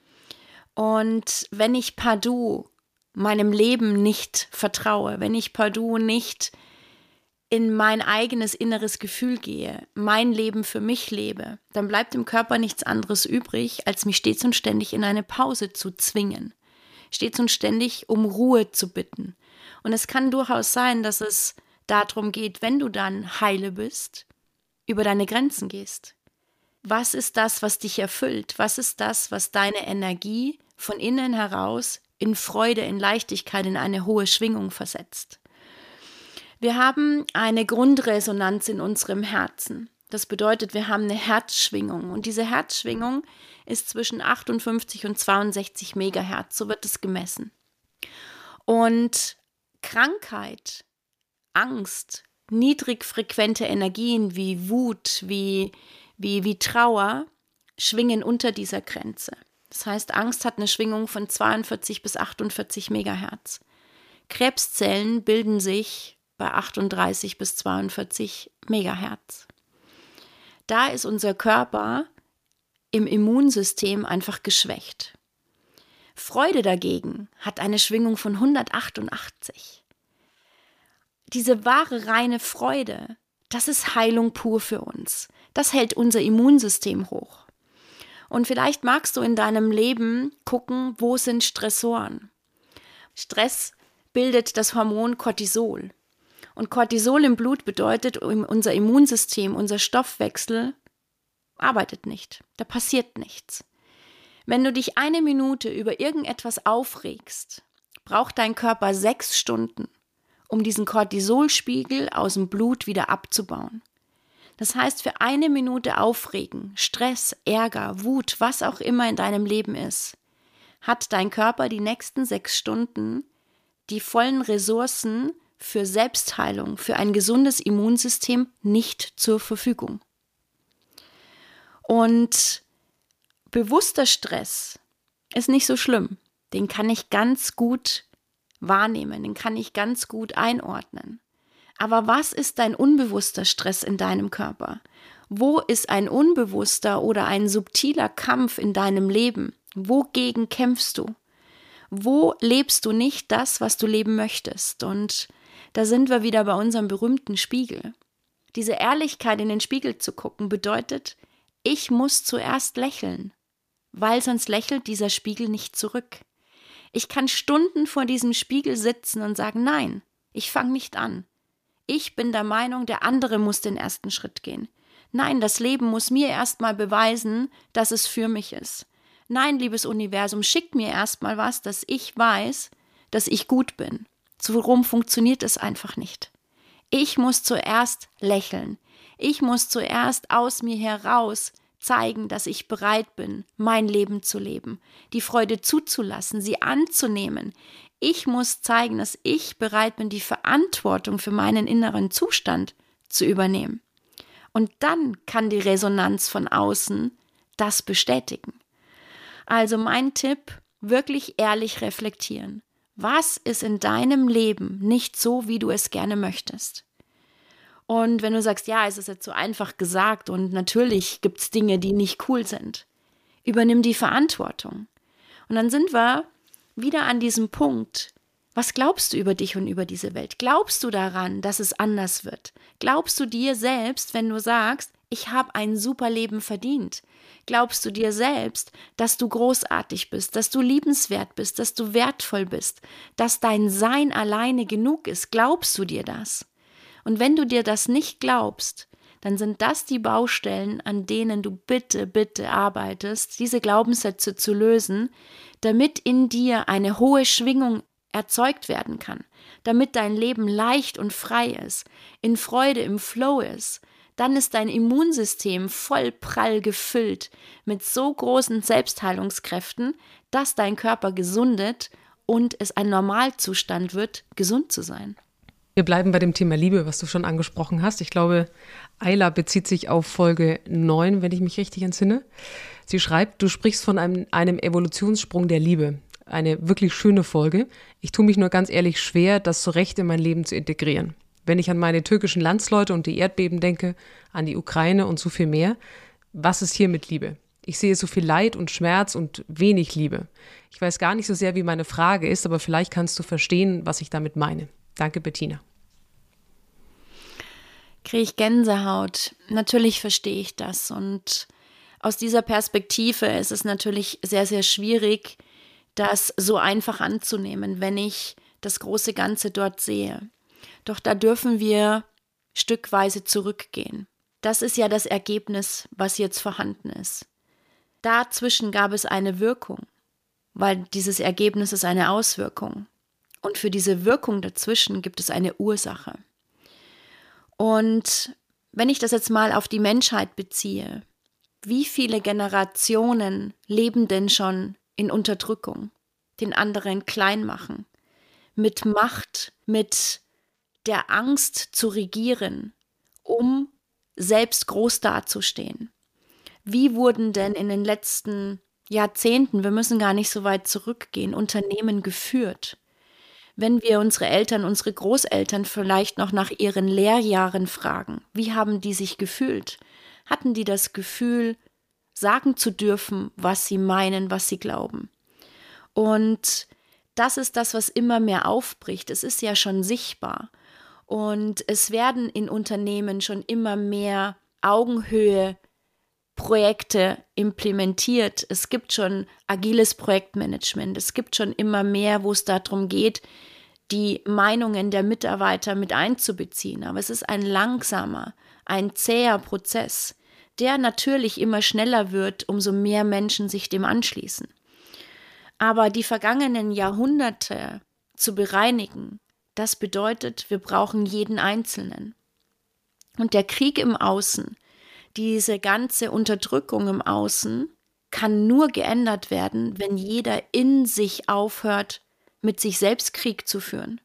Und wenn ich partout meinem Leben nicht vertraue, wenn ich partout nicht in mein eigenes inneres Gefühl gehe, mein Leben für mich lebe, dann bleibt dem Körper nichts anderes übrig, als mich stets und ständig in eine Pause zu zwingen, stets und ständig um Ruhe zu bitten. Und es kann durchaus sein, dass es darum geht, wenn du dann heile bist, über deine Grenzen gehst. Was ist das, was dich erfüllt? Was ist das, was deine Energie von innen heraus in Freude, in Leichtigkeit, in eine hohe Schwingung versetzt? Wir haben eine Grundresonanz in unserem Herzen. Das bedeutet, wir haben eine Herzschwingung. Und diese Herzschwingung ist zwischen 58 und 62 Megahertz. So wird es gemessen. Und Krankheit, Angst, niedrigfrequente Energien wie Wut, wie Trauer schwingen unter dieser Grenze. Das heißt, Angst hat eine Schwingung von 42 bis 48 Megahertz. Krebszellen bilden sich bei 38 bis 42 Megahertz. Da ist unser Körper im Immunsystem einfach geschwächt. Freude dagegen hat eine Schwingung von 188. Diese wahre, reine Freude, das ist Heilung pur für uns. Das hält unser Immunsystem hoch. Und vielleicht magst du in deinem Leben gucken, wo sind Stressoren. Stress bildet das Hormon Cortisol. Und Cortisol im Blut bedeutet, unser Immunsystem, unser Stoffwechsel arbeitet nicht. Da passiert nichts. Wenn du dich 1 Minute über irgendetwas aufregst, braucht dein Körper 6 Stunden, um diesen Cortisolspiegel aus dem Blut wieder abzubauen. Das heißt, für 1 Minute Aufregen, Stress, Ärger, Wut, was auch immer in deinem Leben ist, hat dein Körper die nächsten 6 Stunden die vollen Ressourcen für Selbstheilung, für ein gesundes Immunsystem nicht zur Verfügung. Und bewusster Stress ist nicht so schlimm. Den kann ich ganz gut wahrnehmen, den kann ich ganz gut einordnen. Aber was ist dein unbewusster Stress in deinem Körper? Wo ist ein unbewusster oder ein subtiler Kampf in deinem Leben? Wogegen kämpfst du? Wo lebst du nicht das, was du leben möchtest? Und da sind wir wieder bei unserem berühmten Spiegel. Diese Ehrlichkeit, in den Spiegel zu gucken, bedeutet, ich muss zuerst lächeln, weil sonst lächelt dieser Spiegel nicht zurück. Ich kann Stunden vor diesem Spiegel sitzen und sagen, nein, ich fange nicht an. Ich bin der Meinung, der andere muss den ersten Schritt gehen. Nein, das Leben muss mir erstmal beweisen, dass es für mich ist. Nein, liebes Universum, schick mir erstmal was, dass ich weiß, dass ich gut bin. So rum funktioniert es einfach nicht. Ich muss zuerst lächeln. Ich muss zuerst aus mir heraus zeigen, dass ich bereit bin, mein Leben zu leben, die Freude zuzulassen, sie anzunehmen. Ich muss zeigen, dass ich bereit bin, die Verantwortung für meinen inneren Zustand zu übernehmen. Und dann kann die Resonanz von außen das bestätigen. Also mein Tipp, wirklich ehrlich reflektieren. Was ist in deinem Leben nicht so, wie du es gerne möchtest? Und wenn du sagst, ja, es ist jetzt so einfach gesagt und natürlich gibt es Dinge, die nicht cool sind, übernimm die Verantwortung. Und dann sind wir wieder an diesem Punkt, was glaubst du über dich und über diese Welt? Glaubst du daran, dass es anders wird? Glaubst du dir selbst, wenn du sagst, ich habe ein super Leben verdient? Glaubst du dir selbst, dass du großartig bist, dass du liebenswert bist, dass du wertvoll bist, dass dein Sein alleine genug ist? Glaubst du dir das? Und wenn du dir das nicht glaubst, dann sind das die Baustellen, an denen du bitte, bitte arbeitest, diese Glaubenssätze zu lösen, damit in dir eine hohe Schwingung erzeugt werden kann, damit dein Leben leicht und frei ist, in Freude, im Flow ist. Dann ist dein Immunsystem voll prall gefüllt mit so großen Selbstheilungskräften, dass dein Körper gesundet und es ein Normalzustand wird, gesund zu sein. Wir bleiben bei dem Thema Liebe, was du schon angesprochen hast. Ich glaube, Ayla bezieht sich auf Folge 9, wenn ich mich richtig entsinne. Sie schreibt, du sprichst von einem Evolutionssprung der Liebe. Eine wirklich schöne Folge. Ich tue mich nur ganz ehrlich schwer, das so recht in mein Leben zu integrieren. Wenn ich an meine türkischen Landsleute und die Erdbeben denke, an die Ukraine und so viel mehr, was ist hier mit Liebe? Ich sehe so viel Leid und Schmerz und wenig Liebe. Ich weiß gar nicht so sehr, wie meine Frage ist, aber vielleicht kannst du verstehen, was ich damit meine. Danke, Bettina. Kriege ich Gänsehaut. Natürlich verstehe ich das. Und aus dieser Perspektive ist es natürlich sehr, sehr schwierig, das so einfach anzunehmen, wenn ich das große Ganze dort sehe. Doch da dürfen wir stückweise zurückgehen. Das ist ja das Ergebnis, was jetzt vorhanden ist. Dazwischen gab es eine Wirkung, weil dieses Ergebnis ist eine Auswirkung. Und für diese Wirkung dazwischen gibt es eine Ursache. Und wenn ich das jetzt mal auf die Menschheit beziehe, wie viele Generationen leben denn schon in Unterdrückung, den anderen klein machen, mit Macht, mit der Angst zu regieren, um selbst groß dazustehen? Wie wurden denn in den letzten Jahrzehnten, wir müssen gar nicht so weit zurückgehen, Unternehmen geführt? Wenn wir unsere Eltern, unsere Großeltern vielleicht noch nach ihren Lehrjahren fragen, wie haben die sich gefühlt? Hatten die das Gefühl, sagen zu dürfen, was sie meinen, was sie glauben? Und das ist das, was immer mehr aufbricht. Es ist ja schon sichtbar. Und es werden in Unternehmen schon immer mehr Augenhöhe Projekte implementiert. Es gibt schon agiles Projektmanagement. Es gibt schon immer mehr, wo es darum geht, die Meinungen der Mitarbeiter mit einzubeziehen. Aber es ist ein langsamer, ein zäher Prozess, der natürlich immer schneller wird, umso mehr Menschen sich dem anschließen. Aber die vergangenen Jahrhunderte zu bereinigen, das bedeutet, wir brauchen jeden Einzelnen. Und der Krieg im Außen, diese ganze Unterdrückung im Außen kann nur geändert werden, wenn jeder in sich aufhört, mit sich selbst Krieg zu führen.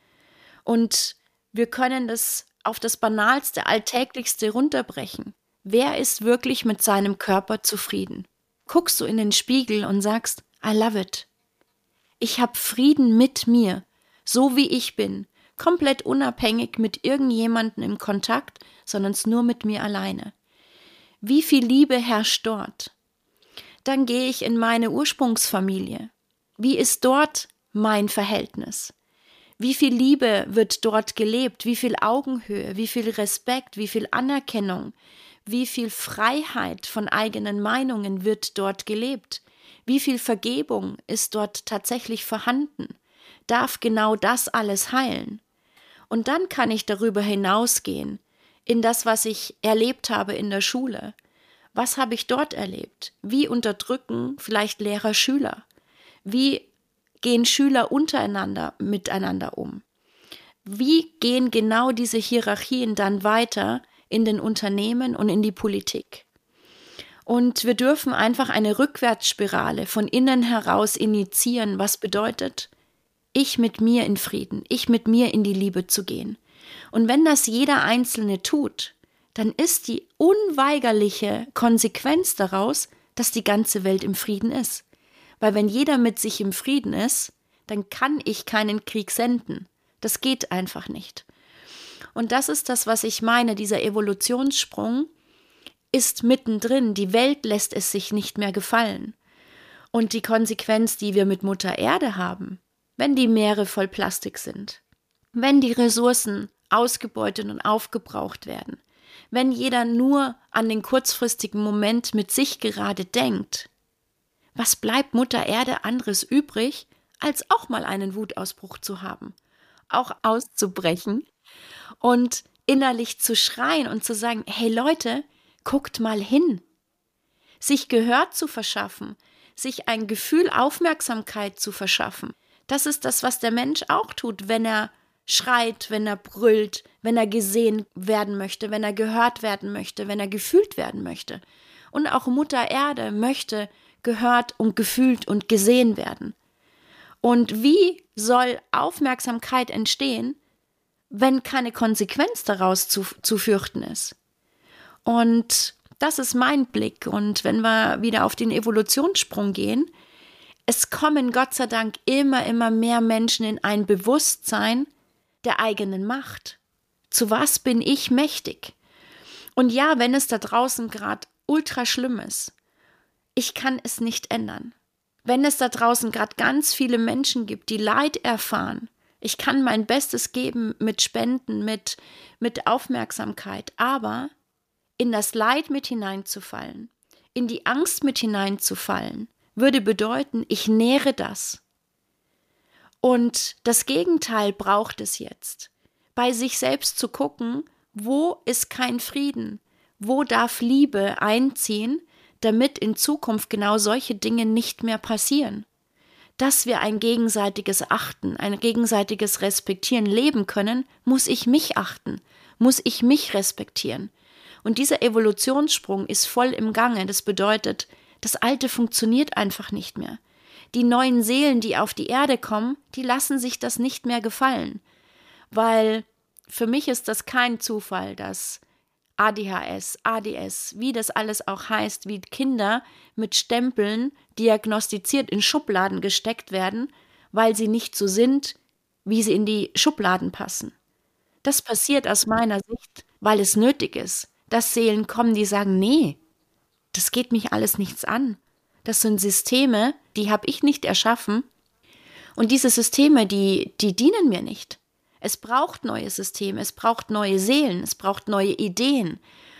Und wir können das auf das Banalste, Alltäglichste runterbrechen. Wer ist wirklich mit seinem Körper zufrieden? Guckst du in den Spiegel und sagst, I love it. Ich habe Frieden mit mir, so wie ich bin, komplett unabhängig mit irgendjemandem im Kontakt, sondern es nur mit mir alleine. Wie viel Liebe herrscht dort? Dann gehe ich in meine Ursprungsfamilie. Wie ist dort mein Verhältnis? Wie viel Liebe wird dort gelebt? Wie viel Augenhöhe? Wie viel Respekt? Wie viel Anerkennung? Wie viel Freiheit von eigenen Meinungen wird dort gelebt? Wie viel Vergebung ist dort tatsächlich vorhanden? Darf genau das alles heilen? Und dann kann ich darüber hinausgehen in das, was ich erlebt habe in der Schule. Was habe ich dort erlebt? Wie unterdrücken vielleicht Lehrer Schüler? Wie gehen Schüler untereinander miteinander um? Wie gehen genau diese Hierarchien dann weiter in den Unternehmen und in die Politik? Und wir dürfen einfach eine Rückwärtsspirale von innen heraus initiieren, was bedeutet, ich mit mir in Frieden, ich mit mir in die Liebe zu gehen. Und wenn das jeder Einzelne tut, dann ist die unweigerliche Konsequenz daraus, dass die ganze Welt im Frieden ist. Weil wenn jeder mit sich im Frieden ist, dann kann ich keinen Krieg senden. Das geht einfach nicht. Und das ist das, was ich meine, dieser Evolutionssprung ist mittendrin. Die Welt lässt es sich nicht mehr gefallen. Und die Konsequenz, die wir mit Mutter Erde haben, wenn die Meere voll Plastik sind, wenn die Ressourcen ausgebeutet und aufgebraucht werden, wenn jeder nur an den kurzfristigen Moment mit sich gerade denkt, was bleibt Mutter Erde anderes übrig, als auch mal einen Wutausbruch zu haben, auch auszubrechen und innerlich zu schreien und zu sagen, hey Leute, guckt mal hin. Sich Gehör zu verschaffen, sich ein Gefühl Aufmerksamkeit zu verschaffen, das ist das, was der Mensch auch tut, wenn er schreit, wenn er brüllt, wenn er gesehen werden möchte, wenn er gehört werden möchte, wenn er gefühlt werden möchte. Und auch Mutter Erde möchte gehört und gefühlt und gesehen werden. Und wie soll Aufmerksamkeit entstehen, wenn keine Konsequenz daraus zu fürchten ist? Und das ist mein Blick. Und wenn wir wieder auf den Evolutionssprung gehen, es kommen Gott sei Dank immer mehr Menschen in ein Bewusstsein der eigenen Macht. Zu was bin ich mächtig? Und ja, wenn es da draußen gerade ultra schlimm ist, ich kann es nicht ändern. Wenn es da draußen gerade ganz viele Menschen gibt, die Leid erfahren, ich kann mein Bestes geben mit Spenden, mit Aufmerksamkeit, aber in das Leid mit hineinzufallen, in die Angst mit hineinzufallen, würde bedeuten, ich nähre das. Und das Gegenteil braucht es jetzt. Bei sich selbst zu gucken, wo ist kein Frieden, wo darf Liebe einziehen, damit in Zukunft genau solche Dinge nicht mehr passieren. Dass wir ein gegenseitiges Achten, ein gegenseitiges Respektieren leben können, muss ich mich achten, muss ich mich respektieren. Und dieser Evolutionssprung ist voll im Gange. Das bedeutet, das Alte funktioniert einfach nicht mehr. Die neuen Seelen, die auf die Erde kommen, die lassen sich das nicht mehr gefallen. Weil für mich ist das kein Zufall, dass ADHS, ADS, wie das alles auch heißt, wie Kinder mit Stempeln diagnostiziert in Schubladen gesteckt werden, weil sie nicht so sind, wie sie in die Schubladen passen. Das passiert aus meiner Sicht, weil es nötig ist, dass Seelen kommen, die sagen, nee, das geht mich alles nichts an. Das sind Systeme, die habe ich nicht erschaffen. Und diese Systeme, die dienen mir nicht. Es braucht neue Systeme, es braucht neue Seelen, es braucht neue Ideen.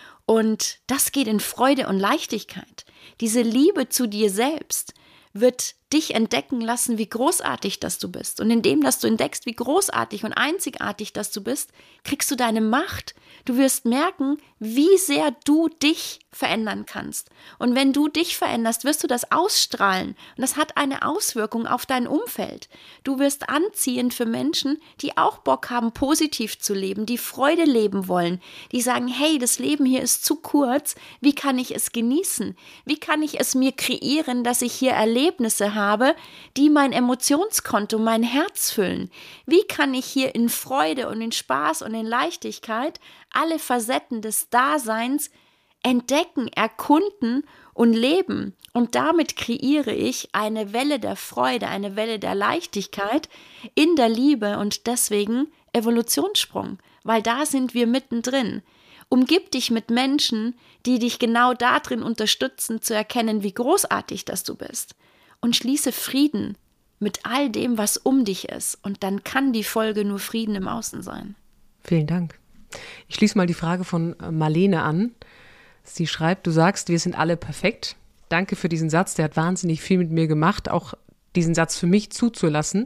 Und das geht in Freude und Leichtigkeit. Diese Liebe zu dir selbst wird dich entdecken lassen, wie großartig das du bist. Und indem, dass du entdeckst, wie großartig und einzigartig das du bist, kriegst du deine Macht. Du wirst merken, wie sehr du dich verändern kannst. Und wenn du dich veränderst, wirst du das ausstrahlen. Und das hat eine Auswirkung auf dein Umfeld. Du wirst anziehend für Menschen, die auch Bock haben, positiv zu leben, die Freude leben wollen, die sagen, hey, das Leben hier ist zu kurz. Wie kann ich es genießen? Wie kann ich es mir kreieren, dass ich hier Erlebnisse habe, die mein Emotionskonto, mein Herz füllen? Wie kann ich hier in Freude und in Spaß und in Leichtigkeit alle Facetten des Daseins entdecken, erkunden und leben? Und damit kreiere ich eine Welle der Freude, eine Welle der Leichtigkeit in der Liebe und deswegen Evolutionssprung, weil da sind wir mittendrin. Umgib dich mit Menschen, die dich genau darin unterstützen, zu erkennen, wie großartig das du bist. Und schließe Frieden mit all dem, was um dich ist. Und dann kann die Folge nur Frieden im Außen sein. Vielen Dank. Ich schließe mal die Frage von Marlene an. Sie schreibt, du sagst, wir sind alle perfekt. Danke für diesen Satz, der hat wahnsinnig viel mit mir gemacht, auch diesen Satz für mich zuzulassen.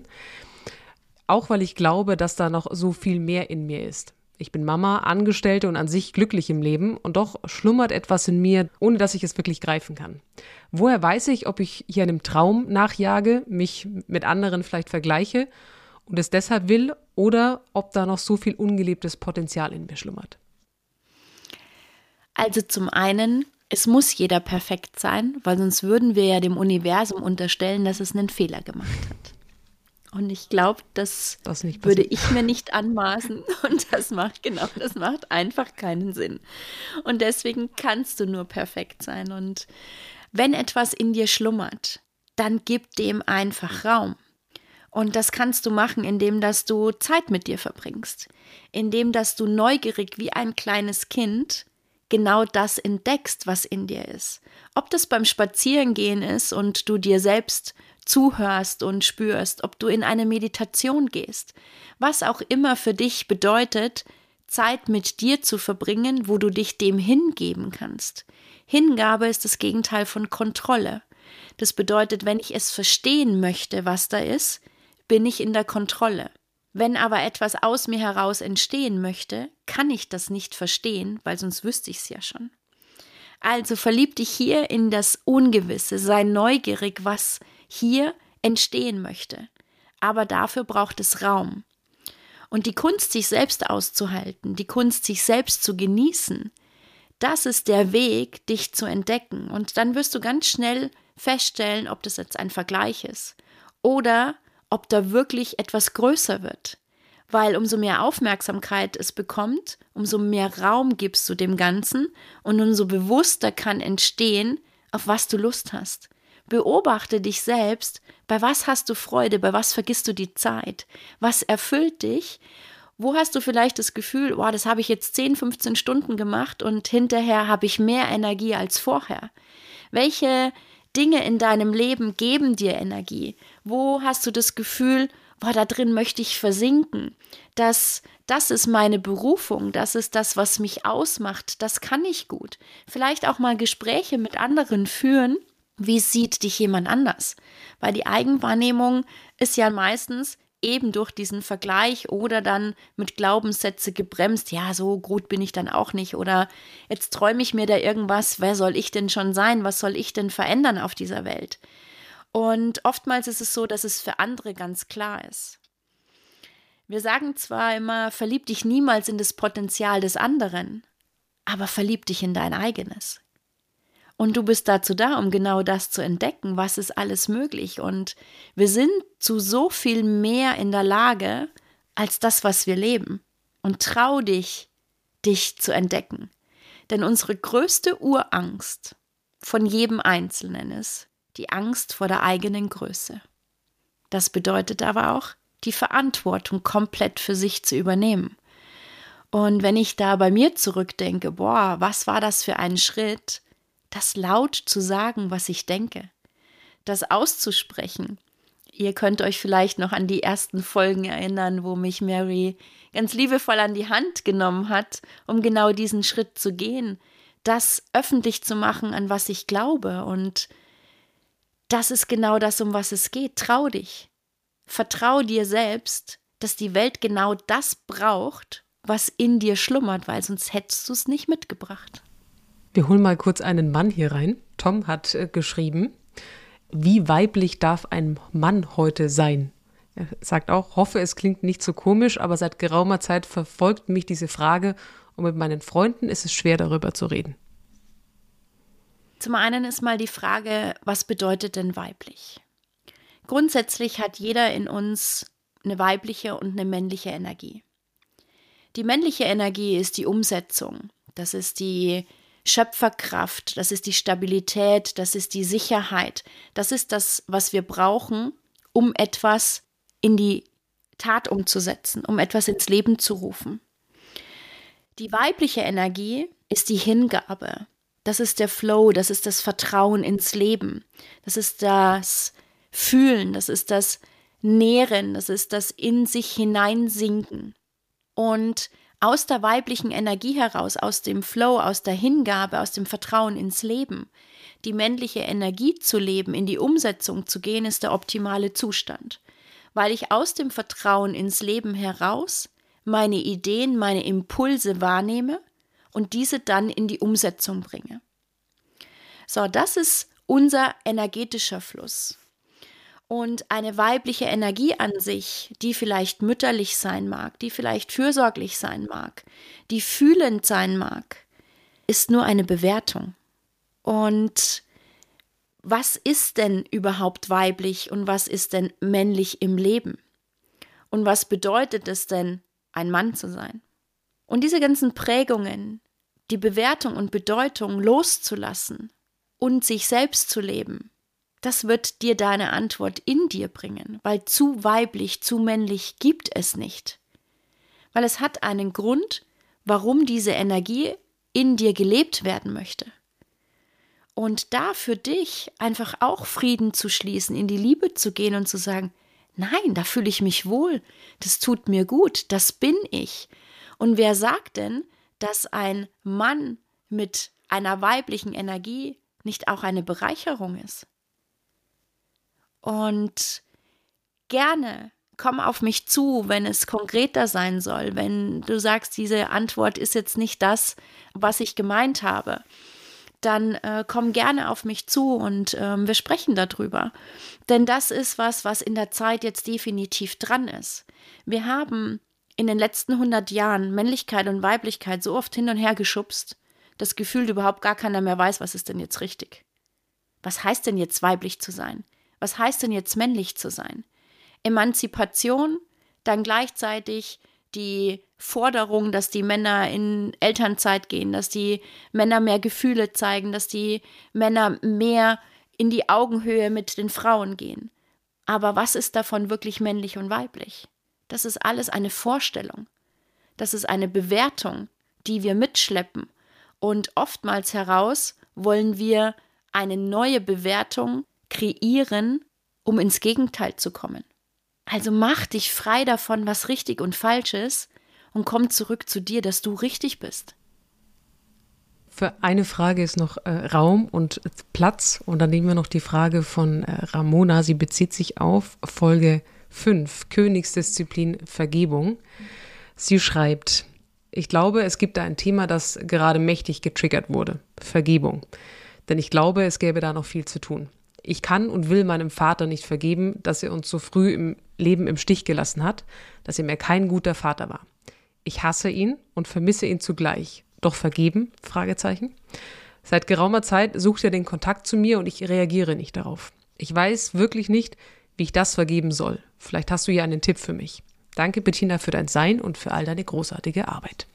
Auch weil ich glaube, dass da noch so viel mehr in mir ist. Ich bin Mama, Angestellte und an sich glücklich im Leben und doch schlummert etwas in mir, ohne dass ich es wirklich greifen kann. Woher weiß ich, ob ich hier einem Traum nachjage, mich mit anderen vielleicht vergleiche und es deshalb will oder ob da noch so viel ungelebtes Potenzial in mir schlummert? Also zum einen, es muss jeder perfekt sein, weil sonst würden wir ja dem Universum unterstellen, dass es einen Fehler gemacht hat. Und ich glaube, das würde ich mir nicht anmaßen. Und das macht einfach keinen Sinn. Und deswegen kannst du nur perfekt sein. Und wenn etwas in dir schlummert, dann gib dem einfach Raum. Und das kannst du machen, indem dass du Zeit mit dir verbringst. Indem dass du neugierig wie ein kleines Kind genau das entdeckst, was in dir ist. Ob das beim Spazierengehen ist und du dir selbst zuhörst und spürst, ob du in eine Meditation gehst, was auch immer für dich bedeutet, Zeit mit dir zu verbringen, wo du dich dem hingeben kannst. Hingabe ist das Gegenteil von Kontrolle. Das bedeutet, wenn ich es verstehen möchte, was da ist, bin ich in der Kontrolle. Wenn aber etwas aus mir heraus entstehen möchte, kann ich das nicht verstehen, weil sonst wüsste ich es ja schon. Also verlieb dich hier in das Ungewisse, sei neugierig, was hier entstehen möchte. Aber dafür braucht es Raum. Und die Kunst, sich selbst auszuhalten, die Kunst, sich selbst zu genießen, das ist der Weg, dich zu entdecken. Und dann wirst du ganz schnell feststellen, ob das jetzt ein Vergleich ist oder ob da wirklich etwas größer wird. Weil umso mehr Aufmerksamkeit es bekommt, umso mehr Raum gibst du dem Ganzen und umso bewusster kann entstehen, auf was du Lust hast. Beobachte dich selbst, bei was hast du Freude, bei was vergisst du die Zeit, was erfüllt dich, wo hast du vielleicht das Gefühl, oh, das habe ich jetzt 10, 15 Stunden gemacht und hinterher habe ich mehr Energie als vorher. Welche Dinge in deinem Leben geben dir Energie? Wo hast du das Gefühl, boah, da drin möchte ich versinken? Das ist meine Berufung, das ist das, was mich ausmacht, das kann ich gut. Vielleicht auch mal Gespräche mit anderen führen. Wie sieht dich jemand anders? Weil die Eigenwahrnehmung ist ja meistens eben durch diesen Vergleich oder dann mit Glaubenssätze gebremst. Ja, so gut bin ich dann auch nicht. Oder jetzt träume ich mir da irgendwas. Wer soll ich denn schon sein? Was soll ich denn verändern auf dieser Welt? Und oftmals ist es so, dass es für andere ganz klar ist. Wir sagen zwar immer, verlieb dich niemals in das Potenzial des anderen, aber verlieb dich in dein eigenes. Und du bist dazu da, um genau das zu entdecken, was ist alles möglich. Und wir sind zu so viel mehr in der Lage, als das, was wir leben. Und trau dich, dich zu entdecken. Denn unsere größte Urangst von jedem Einzelnen ist die Angst vor der eigenen Größe. Das bedeutet aber auch, die Verantwortung komplett für sich zu übernehmen. Und wenn ich da bei mir zurückdenke, boah, was war das für ein Schritt, das laut zu sagen, was ich denke, das auszusprechen. Ihr könnt euch vielleicht noch an die ersten Folgen erinnern, wo mich Mary ganz liebevoll an die Hand genommen hat, um genau diesen Schritt zu gehen, das öffentlich zu machen, an was ich glaube. Und das ist genau das, um was es geht. Trau dich. Vertrau dir selbst, dass die Welt genau das braucht, was in dir schlummert, weil sonst hättest du es nicht mitgebracht. Wir holen mal kurz einen Mann hier rein. Tom hat geschrieben, wie weiblich darf ein Mann heute sein? Er sagt auch, hoffe, es klingt nicht so komisch, aber seit geraumer Zeit verfolgt mich diese Frage und mit meinen Freunden ist es schwer, darüber zu reden. Zum einen ist mal die Frage, was bedeutet denn weiblich? Grundsätzlich hat jeder in uns eine weibliche und eine männliche Energie. Die männliche Energie ist die Umsetzung, das ist die Schöpferkraft, das ist die Stabilität, das ist die Sicherheit. Das ist das, was wir brauchen, um etwas in die Tat umzusetzen, um etwas ins Leben zu rufen. Die weibliche Energie ist die Hingabe. Das ist der Flow, das ist das Vertrauen ins Leben. Das ist das Fühlen, das ist das Nähren, das ist das in sich hineinsinken. Und aus der weiblichen Energie heraus, aus dem Flow, aus der Hingabe, aus dem Vertrauen ins Leben, die männliche Energie zu leben, in die Umsetzung zu gehen, ist der optimale Zustand. Weil ich aus dem Vertrauen ins Leben heraus meine Ideen, meine Impulse wahrnehme und diese dann in die Umsetzung bringe. So, das ist unser energetischer Fluss. Und eine weibliche Energie an sich, die vielleicht mütterlich sein mag, die vielleicht fürsorglich sein mag, die fühlend sein mag, ist nur eine Bewertung. Und was ist denn überhaupt weiblich und was ist denn männlich im Leben? Und was bedeutet es denn, ein Mann zu sein? Und diese ganzen Prägungen, die Bewertung und Bedeutung loszulassen und sich selbst zu leben, das wird dir deine Antwort in dir bringen, weil zu weiblich, zu männlich gibt es nicht. Weil es hat einen Grund, warum diese Energie in dir gelebt werden möchte. Und da für dich einfach auch Frieden zu schließen, in die Liebe zu gehen und zu sagen, nein, da fühle ich mich wohl, das tut mir gut, das bin ich. Und wer sagt denn, dass ein Mann mit einer weiblichen Energie nicht auch eine Bereicherung ist? Und gerne komm auf mich zu, wenn es konkreter sein soll, wenn du sagst, diese Antwort ist jetzt nicht das, was ich gemeint habe, dann komm gerne auf mich zu und wir sprechen darüber. Denn das ist was in der Zeit jetzt definitiv dran ist. Wir haben in den letzten 100 Jahren Männlichkeit und Weiblichkeit so oft hin und her geschubst, das Gefühl, überhaupt gar keiner mehr weiß, was ist denn jetzt richtig. Was heißt denn jetzt weiblich zu sein? Was heißt denn jetzt männlich zu sein? Emanzipation, dann gleichzeitig die Forderung, dass die Männer in Elternzeit gehen, dass die Männer mehr Gefühle zeigen, dass die Männer mehr in die Augenhöhe mit den Frauen gehen. Aber was ist davon wirklich männlich und weiblich? Das ist alles eine Vorstellung. Das ist eine Bewertung, die wir mitschleppen. Und oftmals heraus wollen wir eine neue Bewertung kreieren, um ins Gegenteil zu kommen. Also mach dich frei davon, was richtig und falsch ist und komm zurück zu dir, dass du richtig bist. Für eine Frage ist noch Raum und Platz und dann nehmen wir noch die Frage von Ramona. Sie bezieht sich auf Folge 5, Königsdisziplin Vergebung. Sie schreibt: Ich glaube, es gibt da ein Thema, das gerade mächtig getriggert wurde. Vergebung. Denn ich glaube, es gäbe da noch viel zu tun. Ich kann und will meinem Vater nicht vergeben, dass er uns so früh im Leben im Stich gelassen hat, dass er mir kein guter Vater war. Ich hasse ihn und vermisse ihn zugleich. Doch vergeben? Fragezeichen. Seit geraumer Zeit sucht er den Kontakt zu mir und ich reagiere nicht darauf. Ich weiß wirklich nicht, wie ich das vergeben soll. Vielleicht hast du ja einen Tipp für mich. Danke, Bettina, für dein Sein und für all deine großartige Arbeit.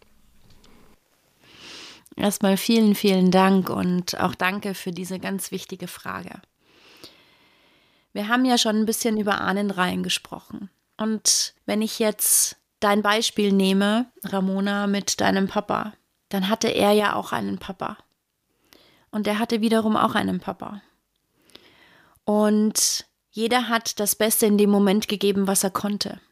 Erstmal vielen, vielen Dank und auch danke für diese ganz wichtige Frage. Wir haben ja schon ein bisschen über Ahnenreihen gesprochen. Und wenn ich jetzt dein Beispiel nehme, Ramona, mit deinem Papa, dann hatte er ja auch einen Papa. Und er hatte wiederum auch einen Papa. Und jeder hat das Beste in dem Moment gegeben, was er konnte.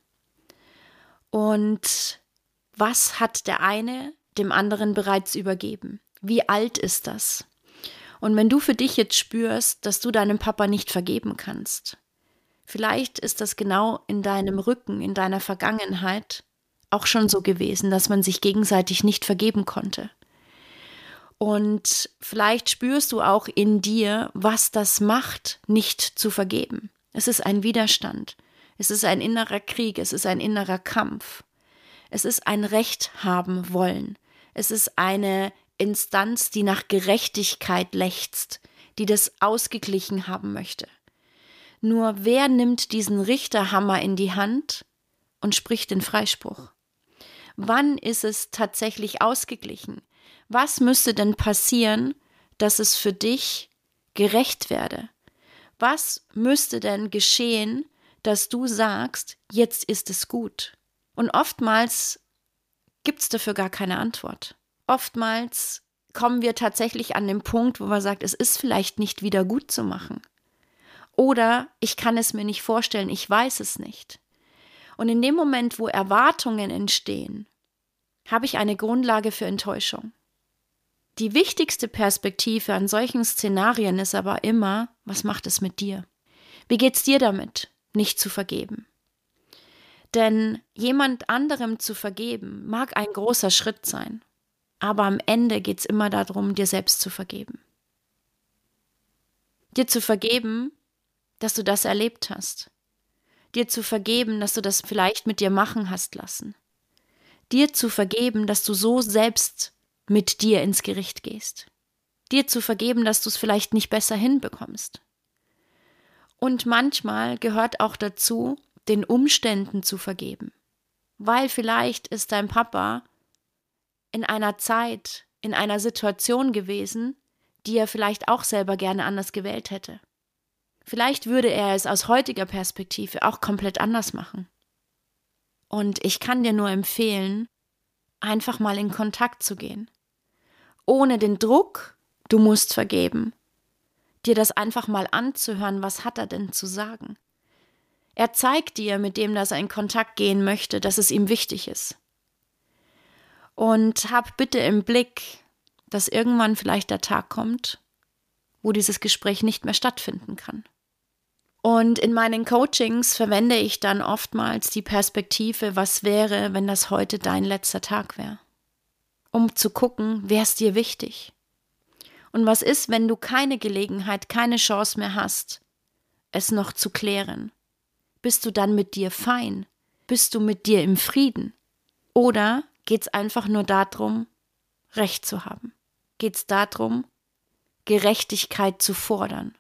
Und was hat der eine dem anderen bereits übergeben? Wie alt ist das? Und wenn du für dich jetzt spürst, dass du deinem Papa nicht vergeben kannst, vielleicht ist das genau in deinem Rücken, in deiner Vergangenheit auch schon so gewesen, dass man sich gegenseitig nicht vergeben konnte. Und vielleicht spürst du auch in dir, was das macht, nicht zu vergeben. Es ist ein Widerstand, es ist ein innerer Krieg, es ist ein innerer Kampf. Es ist ein Recht haben wollen. Es ist eine Instanz, die nach Gerechtigkeit lechzt, die das ausgeglichen haben möchte. Nur wer nimmt diesen Richterhammer in die Hand und spricht den Freispruch? Wann ist es tatsächlich ausgeglichen? Was müsste denn passieren, dass es für dich gerecht werde? Was müsste denn geschehen, dass du sagst, jetzt ist es gut? Und oftmals gibt es dafür gar keine Antwort. Oftmals kommen wir tatsächlich an den Punkt, wo man sagt, es ist vielleicht nicht wieder gut zu machen. Oder ich kann es mir nicht vorstellen, ich weiß es nicht. Und in dem Moment, wo Erwartungen entstehen, habe ich eine Grundlage für Enttäuschung. Die wichtigste Perspektive an solchen Szenarien ist aber immer, was macht es mit dir? Wie geht's dir damit, nicht zu vergeben? Denn jemand anderem zu vergeben, mag ein großer Schritt sein. Aber am Ende geht es immer darum, dir selbst zu vergeben. Dir zu vergeben, dass du das erlebt hast. Dir zu vergeben, dass du das vielleicht mit dir machen hast lassen. Dir zu vergeben, dass du so selbst mit dir ins Gericht gehst. Dir zu vergeben, dass du es vielleicht nicht besser hinbekommst. Und manchmal gehört auch dazu, den Umständen zu vergeben. Weil vielleicht ist dein Papa in einer Zeit, in einer Situation gewesen, die er vielleicht auch selber gerne anders gewählt hätte. Vielleicht würde er es aus heutiger Perspektive auch komplett anders machen. Und ich kann dir nur empfehlen, einfach mal in Kontakt zu gehen. Ohne den Druck, du musst vergeben. Dir das einfach mal anzuhören, was hat er denn zu sagen? Er zeigt dir, mit dem, dass er in Kontakt gehen möchte, dass es ihm wichtig ist. Und hab bitte im Blick, dass irgendwann vielleicht der Tag kommt, wo dieses Gespräch nicht mehr stattfinden kann. Und in meinen Coachings verwende ich dann oftmals die Perspektive, was wäre, wenn das heute dein letzter Tag wäre? Um zu gucken, wer ist dir wichtig? Und was ist, wenn du keine Gelegenheit, keine Chance mehr hast, es noch zu klären? Bist du dann mit dir fein? Bist du mit dir im Frieden? Oder geht es einfach nur darum, Recht zu haben? Geht es darum, Gerechtigkeit zu fordern?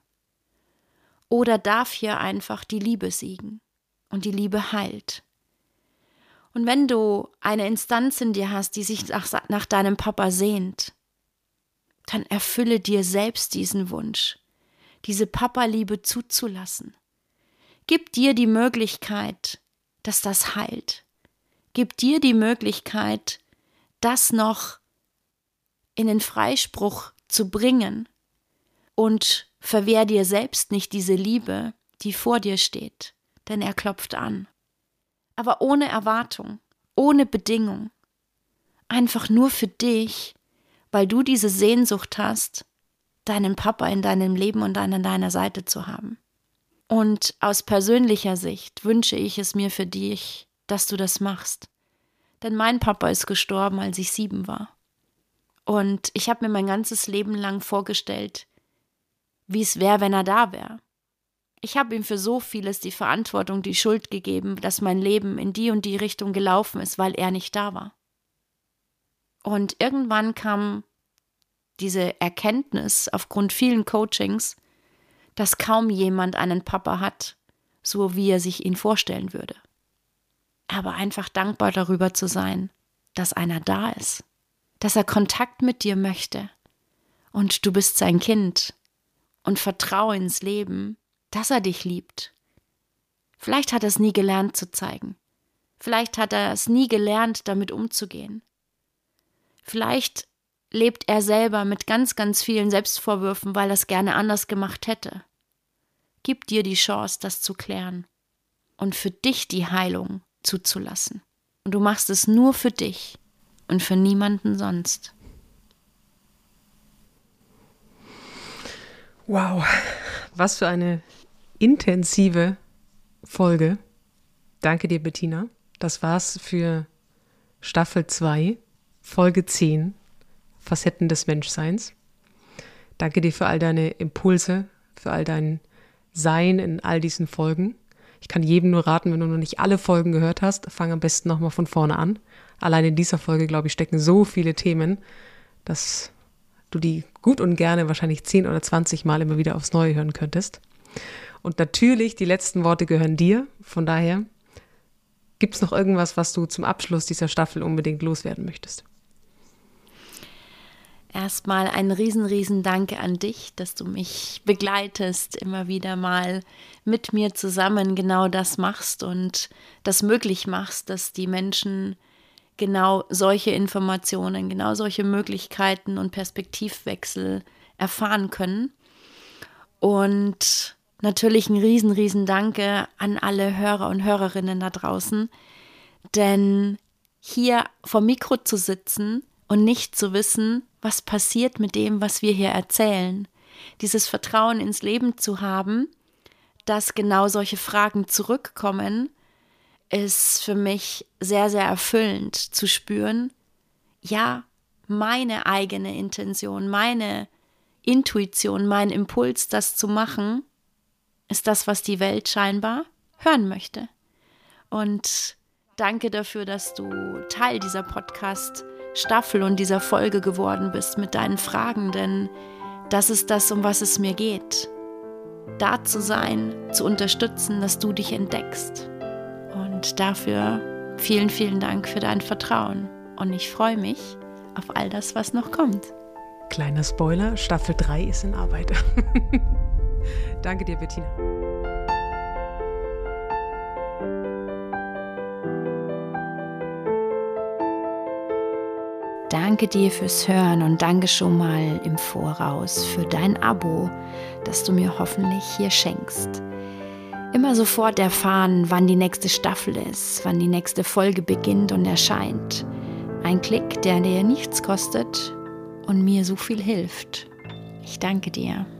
Oder darf hier einfach die Liebe siegen und die Liebe heilt? Und wenn du eine Instanz in dir hast, die sich nach deinem Papa sehnt, dann erfülle dir selbst diesen Wunsch, diese Papa-Liebe zuzulassen. Gib dir die Möglichkeit, dass das heilt. Gib dir die Möglichkeit, das noch in den Freispruch zu bringen und verwehr dir selbst nicht diese Liebe, die vor dir steht, denn er klopft an. Aber ohne Erwartung, ohne Bedingung, einfach nur für dich, weil du diese Sehnsucht hast, deinen Papa in deinem Leben und an deiner Seite zu haben. Und aus persönlicher Sicht wünsche ich es mir für dich, dass du das machst. Denn mein Papa ist gestorben, als ich 7 war. Und ich habe mir mein ganzes Leben lang vorgestellt, wie es wäre, wenn er da wäre. Ich habe ihm für so vieles die Verantwortung, die Schuld gegeben, dass mein Leben in die und die Richtung gelaufen ist, weil er nicht da war. Und irgendwann kam diese Erkenntnis aufgrund vielen Coachings, dass kaum jemand einen Papa hat, so wie er sich ihn vorstellen würde. Aber einfach dankbar darüber zu sein, dass einer da ist, dass er Kontakt mit dir möchte und du bist sein Kind und vertraue ins Leben, dass er dich liebt. Vielleicht hat er es nie gelernt zu zeigen. Vielleicht hat er es nie gelernt, damit umzugehen. Vielleicht lebt er selber mit ganz, ganz vielen Selbstvorwürfen, weil er es gerne anders gemacht hätte. Gib dir die Chance, das zu klären und für dich die Heilung zuzulassen. Und du machst es nur für dich und für niemanden sonst. Wow, was für eine intensive Folge. Danke dir, Bettina. Das war's für Staffel 2, Folge 10, Facetten des Menschseins. Danke dir für all deine Impulse, für all dein Sein in all diesen Folgen. Ich kann jedem nur raten, wenn du noch nicht alle Folgen gehört hast, fang am besten nochmal von vorne an. Allein in dieser Folge, glaube ich, stecken so viele Themen, dass du die gut und gerne wahrscheinlich 10 oder 20 Mal immer wieder aufs Neue hören könntest. Und natürlich, die letzten Worte gehören dir. Von daher, gibt es noch irgendwas, was du zum Abschluss dieser Staffel unbedingt loswerden möchtest? Erstmal ein riesen Danke an dich, dass du mich begleitest, immer wieder mal mit mir zusammen genau das machst und das möglich machst, dass die Menschen genau solche Informationen, genau solche Möglichkeiten und Perspektivwechsel erfahren können. Und natürlich ein riesen Danke an alle Hörer und Hörerinnen da draußen, denn hier vor Mikro zu sitzen und nicht zu wissen, was passiert mit dem, was wir hier erzählen. Dieses Vertrauen ins Leben zu haben, dass genau solche Fragen zurückkommen, ist für mich sehr erfüllend zu spüren. Ja, meine eigene Intention, meine Intuition, mein Impuls, das zu machen, ist das, was die Welt scheinbar hören möchte. Und danke dafür, dass du Teil dieser Podcast-Staffel und dieser Folge geworden bist mit deinen Fragen, denn das ist das, um was es mir geht. Da zu sein, zu unterstützen, dass du dich entdeckst. Und dafür vielen Dank für dein Vertrauen. Und ich freue mich auf all das, was noch kommt. Kleiner Spoiler, Staffel 3 ist in Arbeit. Danke dir, Bettina. Danke dir fürs Hören und danke schon mal im Voraus für dein Abo, das du mir hoffentlich hier schenkst. Immer sofort erfahren, wann die nächste Staffel ist, wann die nächste Folge beginnt und erscheint. Ein Klick, der dir nichts kostet und mir so viel hilft. Ich danke dir.